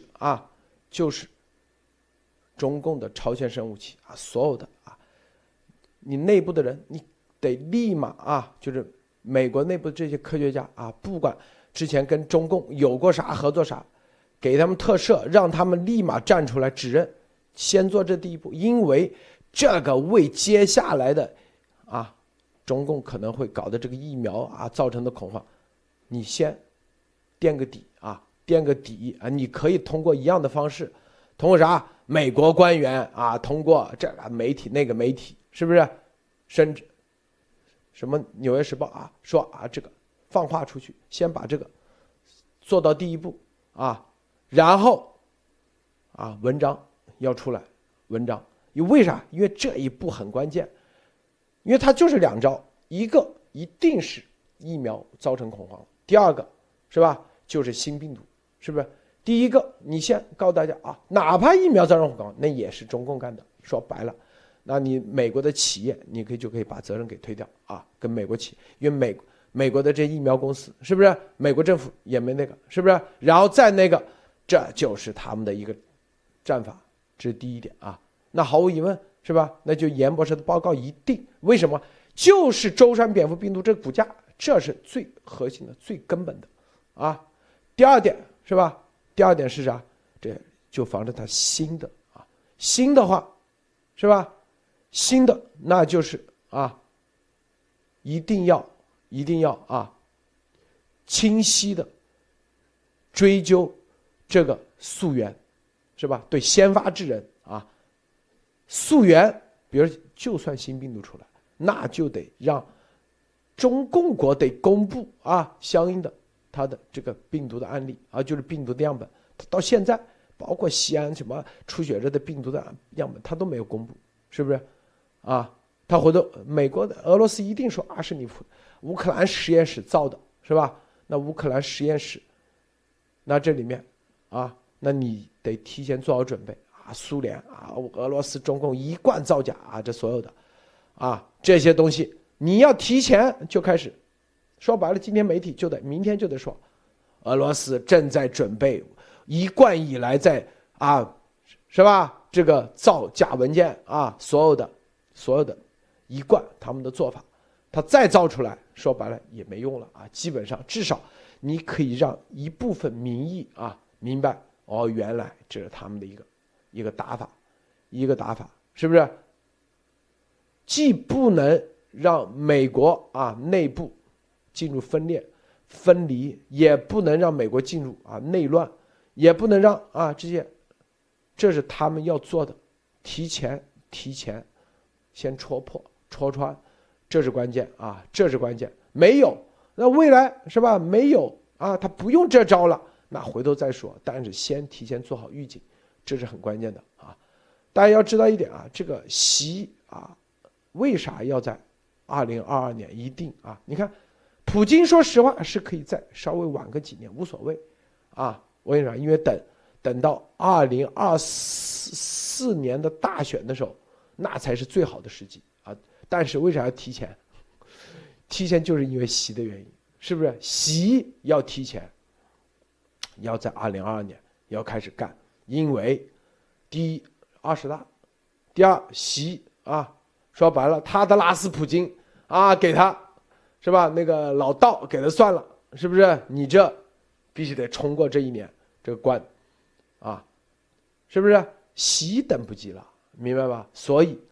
中共的超限生武器啊，所有的啊，你内部的人你得立马啊，就是美国内部这些科学家啊，不管之前跟中共有过啥合作啥，给他们特赦，让他们立马站出来指认，先做这第一步，因为这个为接下来的啊，中共可能会搞的这个疫苗啊造成的恐慌，你先垫个底啊，你可以通过一样的方式，通过啥？美国官员啊，通过这个媒体那个媒体，是不是？甚至什么《纽约时报》啊，说啊这个放话出去，先把这个做到第一步啊，然后啊文章要出来，因为啥？因为这一步很关键，因为它就是两招，一个一定是疫苗造成恐慌，第二个是吧？就是新病毒，是不是？第一个你先告诉大家啊，哪怕疫苗造成恐慌，那也是中共干的，说白了。那你美国的企业，你就可以把责任给推掉啊，跟美国企业，因为美国的这疫苗公司是不是？美国政府也没那个，是不是？然后再那个，这就是他们的一个战法，这是第一点啊。那毫无疑问是吧？那就严博士的报告一定为什么？就是舟山蝙蝠病毒这个骨架，这是最核心的、最根本的啊。第二点是吧？第二点是啥？这就防止它新的啊，新的话是吧？新的那就是啊，一定要啊，清晰的追究这个溯源，是吧？对先发制人啊，溯源，比如就算新病毒出来，那就得让中共国得公布啊相应的它的这个病毒的案例啊，就是病毒的样本，到现在包括西安什么出血热的病毒的样本，它都没有公布，是不是？啊，他回头美国的俄罗斯一定说啊是你乌克兰实验室造的，是吧？那乌克兰实验室，那这里面啊，那你得提前做好准备啊，苏联啊、俄罗斯、中共一贯造假啊，这所有的啊这些东西，你要提前就开始。说白了，今天媒体明天就得说，俄罗斯正在准备一贯以来在啊，是吧？这个造假文件啊，所有的一贯他们的做法，他再造出来，说白了也没用了啊。基本上至少你可以让一部分民意啊明白哦，原来这是他们的一个打法，是不是？既不能让美国啊内部进入分裂分离，也不能让美国进入啊内乱，也不能让啊这些，这是他们要做的，提前先戳破戳穿，这是关键啊，这是关键。没有，那未来是吧？没有啊，他不用这招了，那回头再说。但是先提前做好预警，这是很关键的啊。大家要知道一点啊，这个习啊，为啥要在2022年一定啊？你看，普京说实话是可以再稍微晚个几年，无所谓啊。我跟你说，因为等到2024年的大选的时候，那才是最好的时机啊！但是为啥要提前？提前就是因为习的原因，是不是？习要提前，要在2022年要开始干，因为第一20大，第二习啊，说白了，他的拉斯普京啊，给他是吧？那个老道给他算了， 是不是？你这必须得冲过这一年这个关，啊，是不是？习等不及了，明白吧？所以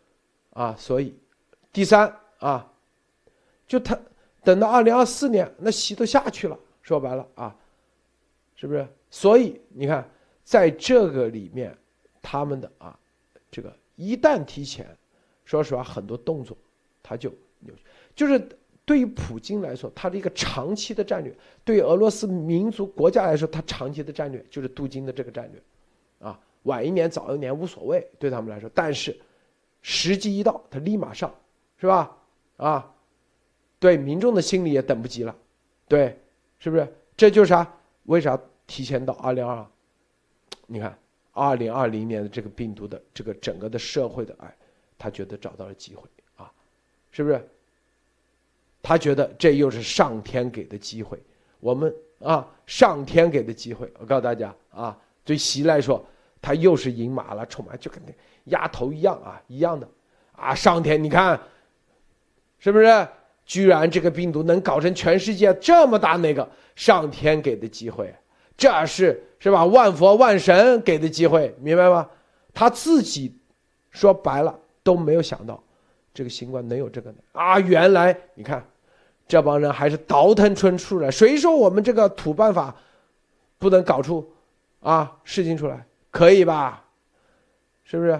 第三啊，就他等到2024年，那习都下去了，说白了啊，是不是？所以你看，在这个里面，他们的这个一旦提前，说实话，很多动作他就是对于普京来说，他的一个长期的战略；对于俄罗斯民族国家来说，他长期的战略就是镀金的这个战略，啊，晚一年早一年无所谓，对他们来说。但是时机一到，他立马上，是吧？啊，对民众的心里也等不及了，对，是不是？这就是啥？为啥提前到2022？你看2020年的这个病毒的这个整个的社会的他觉得找到了机会啊，是不是？他觉得这又是上天给的机会，我们上天给的机会。我告诉大家啊，对习来说，他又是赢马了，充满就跟那鸭头一样的上天你看，是不是？居然这个病毒能搞成全世界这么大，那个上天给的机会，这是吧？万佛万神给的机会，明白吗？他自己说白了都没有想到，这个新冠能有这个原来你看。这帮人还是倒腾出来，谁说我们这个土办法不能搞出事情出来？可以吧？是不是？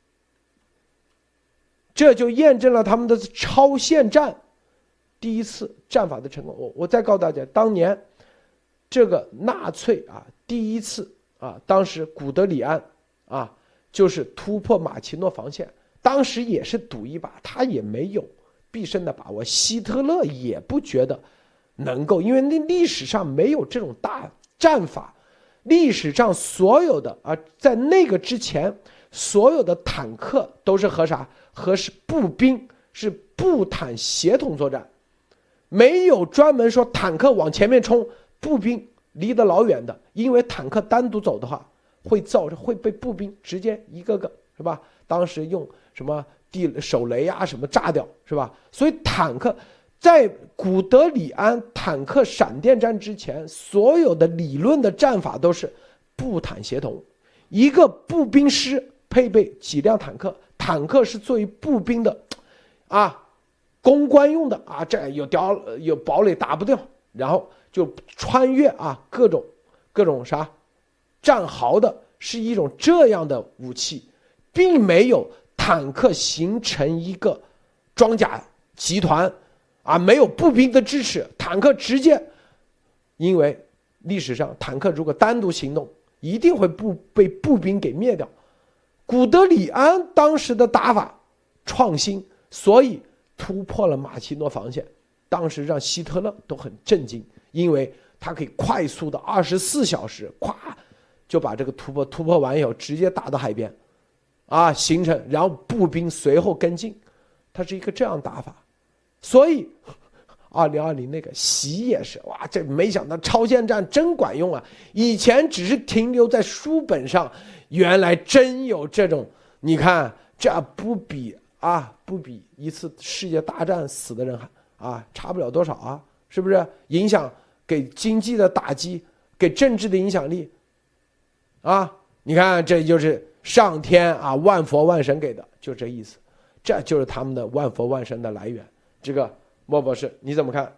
这就验证了他们的超限战第一次战法的成功。我再告诉大家，当年这个纳粹第一次当时古德里安就是突破马奇诺防线，当时也是赌一把，他也没有必胜的把握，希特勒也不觉得能够，因为历史上没有这种大战法，历史上所有的在那个之前，所有的坦克都是和步兵，是步坦协同作战，没有专门说坦克往前面冲，步兵离得老远的，因为坦克单独走的话，会被步兵直接一个个，是吧？当时用什么手雷什么炸掉，是吧？所以坦克在古德里安坦克闪电战之前，所有的理论的战法都是步坦协同，一个步兵师配备几辆坦克，坦克是作为步兵的攻关用的这有堡垒打不掉，然后就穿越各种战壕的，是一种这样的武器，并没有坦克形成一个装甲集团没有步兵的支持，坦克直接，因为历史上坦克如果单独行动，一定会被步兵给灭掉。古德里安当时的打法创新，所以突破了马奇诺防线，当时让希特勒都很震惊，因为他可以快速的24小时就把这个突破完以后，直接打到海边形成，然后步兵随后跟进，它是一个这样打法。所以2020那个习也是这没想到超限战真管用以前只是停留在书本上，原来真有这种，你看这不比一次世界大战死的人差不了多少是不是？影响给经济的打击，给政治的影响力你看这就是上天万佛万神给的，就这意思，这就是他们的万佛万神的来源。这个莫博士你怎么看？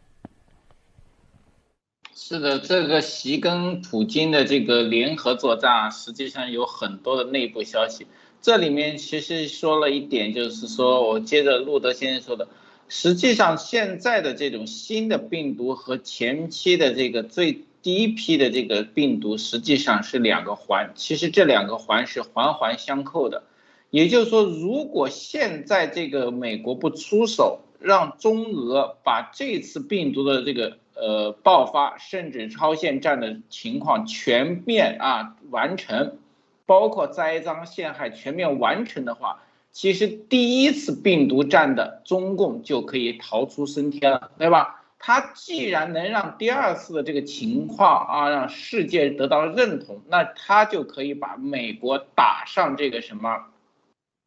是的，这个习跟普京的这个联合作战实际上有很多的内部消息。这里面其实说了一点，就是说我接着路德先生说的，实际上现在的这种新的病毒和前期的这个第一批的这个病毒实际上是两个环，其实这两个环是环环相扣的。也就是说，如果现在这个美国不出手，让中俄把这次病毒的这个爆发甚至超限战的情况全面完成，包括栽赃陷害全面完成的话，其实第一次病毒战的中共就可以逃出升天了，对吧？他既然能让第二次的这个情况让世界得到认同，那他就可以把美国打上这个什么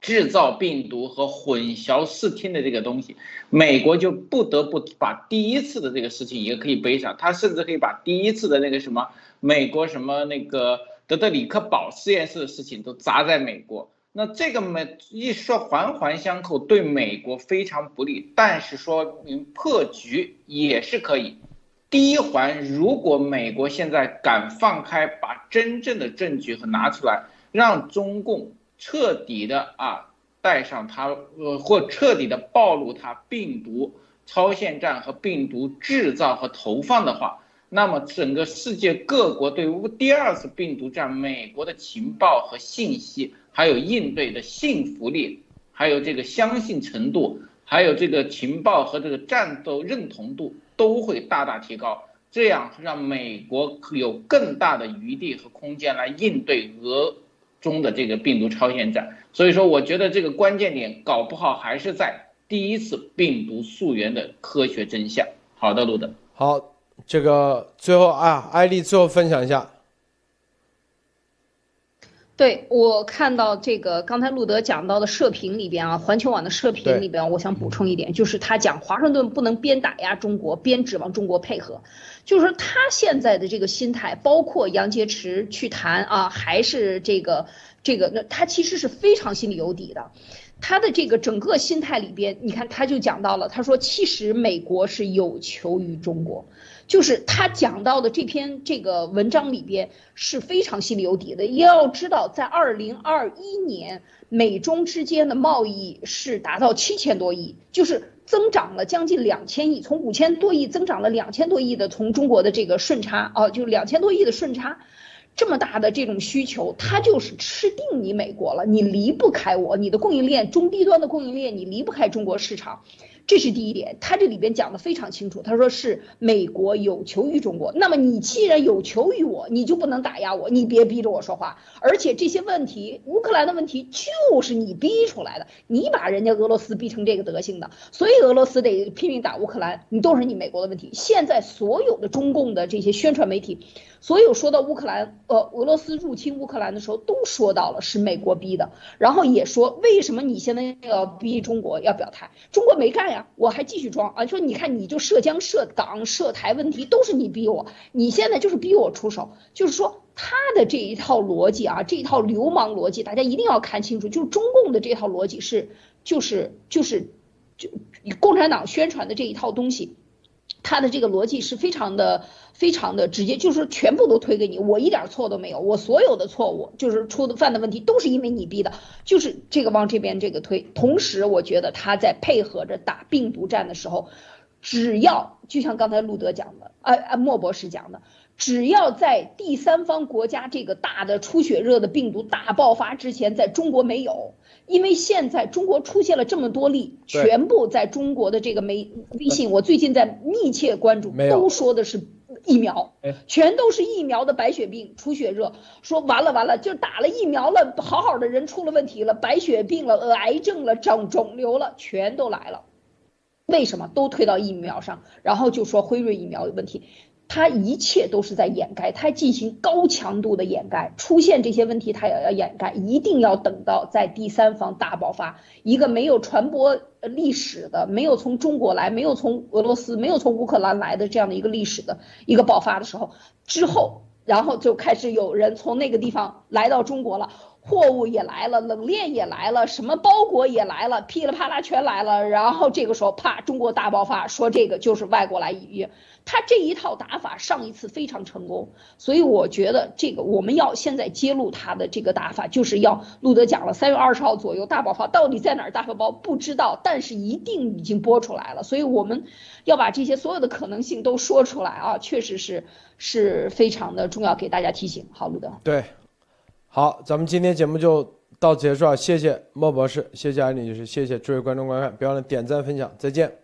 制造病毒和混淆视听的这个东西，美国就不得不把第一次的这个事情也可以背上，他甚至可以把第一次的那个什么美国什么那个德德里克堡实验室的事情都砸在美国。那这个一说环环相扣，对美国非常不利，但是说明破局也是可以。第一环，如果美国现在敢放开，把真正的证据和拿出来，让中共彻底的带上它或彻底的暴露它病毒超限战和病毒制造和投放的话，那么整个世界各国对第二次病毒战美国的情报和信息，还有应对的信服力，还有这个相信程度，还有这个情报和这个战斗认同度都会大大提高，这样让美国有更大的余地和空间来应对俄中的这个病毒超限战。所以说我觉得这个关键点搞不好还是在第一次病毒溯源的科学真相。好的，路德。 好，这个最后艾丽最后分享一下。 对，我看到这个刚才路德讲到的社评里边环球网的社评里边，我想补充一点，就是他讲华盛顿不能边打压中国边指望中国配合，就是说他现在的这个心态，包括杨洁篪去谈还是这个，那他其实是非常心里有底的。他的这个整个心态里边，你看他就讲到了，他说其实美国是有求于中国，就是他讲到的这篇这个文章里边是非常心里有底的。也要知道，在2021年，美中之间的贸易是达到7000多亿，就是增长了将近2000亿，从5000多亿增长了2000多亿的从中国的这个顺差就2000多亿的顺差。这么大的这种需求，它就是吃定你美国了，你离不开我，你的供应链中低端的供应链你离不开中国市场，这是第一点。他这里边讲的非常清楚，他说是美国有求于中国，那么你既然有求于我，你就不能打压我，你别逼着我说话。而且这些问题，乌克兰的问题就是你逼出来的，你把人家俄罗斯逼成这个德行的，所以俄罗斯得拼命打乌克兰，你都是你美国的问题。现在所有的中共的这些宣传媒体，所有说到乌克兰俄罗斯入侵乌克兰的时候，都说到了是美国逼的，然后也说为什么你现在要逼中国要表态，中国没干呀，我还继续装说你看你就涉疆涉港涉台问题都是你逼我，你现在就是逼我出手，就是说他的这一套逻辑这一套流氓逻辑大家一定要看清楚，就是中共的这套逻辑就是共产党宣传的这一套东西，他的这个逻辑是非常的直接，就是全部都推给你，我一点错都没有，我所有的错误就是犯的问题都是因为你逼的，就是这个往这边这个推。同时我觉得他在配合着打病毒战的时候，只要就像刚才路德讲的莫博士讲的，只要在第三方国家这个大的出血热的病毒大爆发之前，在中国没有，因为现在中国出现了这么多例，全部在中国的这个微信，我最近在密切关注，都说的是疫苗，全都是疫苗的白血病出血热，说完了，就打了疫苗了，好好的人出了问题了，白血病了，癌症了，肿瘤了，全都来了。为什么都推到疫苗上？然后就说辉瑞疫苗有问题，它一切都是在掩盖，它进行高强度的掩盖，出现这些问题它也要掩盖，一定要等到在第三方大爆发，一个没有传播历史的，没有从中国来，没有从俄罗斯，没有从乌克兰来的这样的一个历史的一个爆发的时候之后，然后就开始有人从那个地方来到中国了，货物也来了，冷链也来了，什么包裹也来了，噼里啪啦全来了，然后这个时候啪，中国大爆发，说这个就是外国来预约，他这一套打法上一次非常成功，所以我觉得这个我们要现在揭露他的这个打法，就是要路德讲了，3月20号左右大爆发，到底在哪儿大爆发不知道，但是一定已经播出来了，所以我们要把这些所有的可能性都说出来确实是非常的重要，给大家提醒。好，路德。 对。好，咱们今天节目就到此结束谢谢莫博士，谢谢安妮女士，谢谢诸位观众观看，别忘了点赞分享，再见。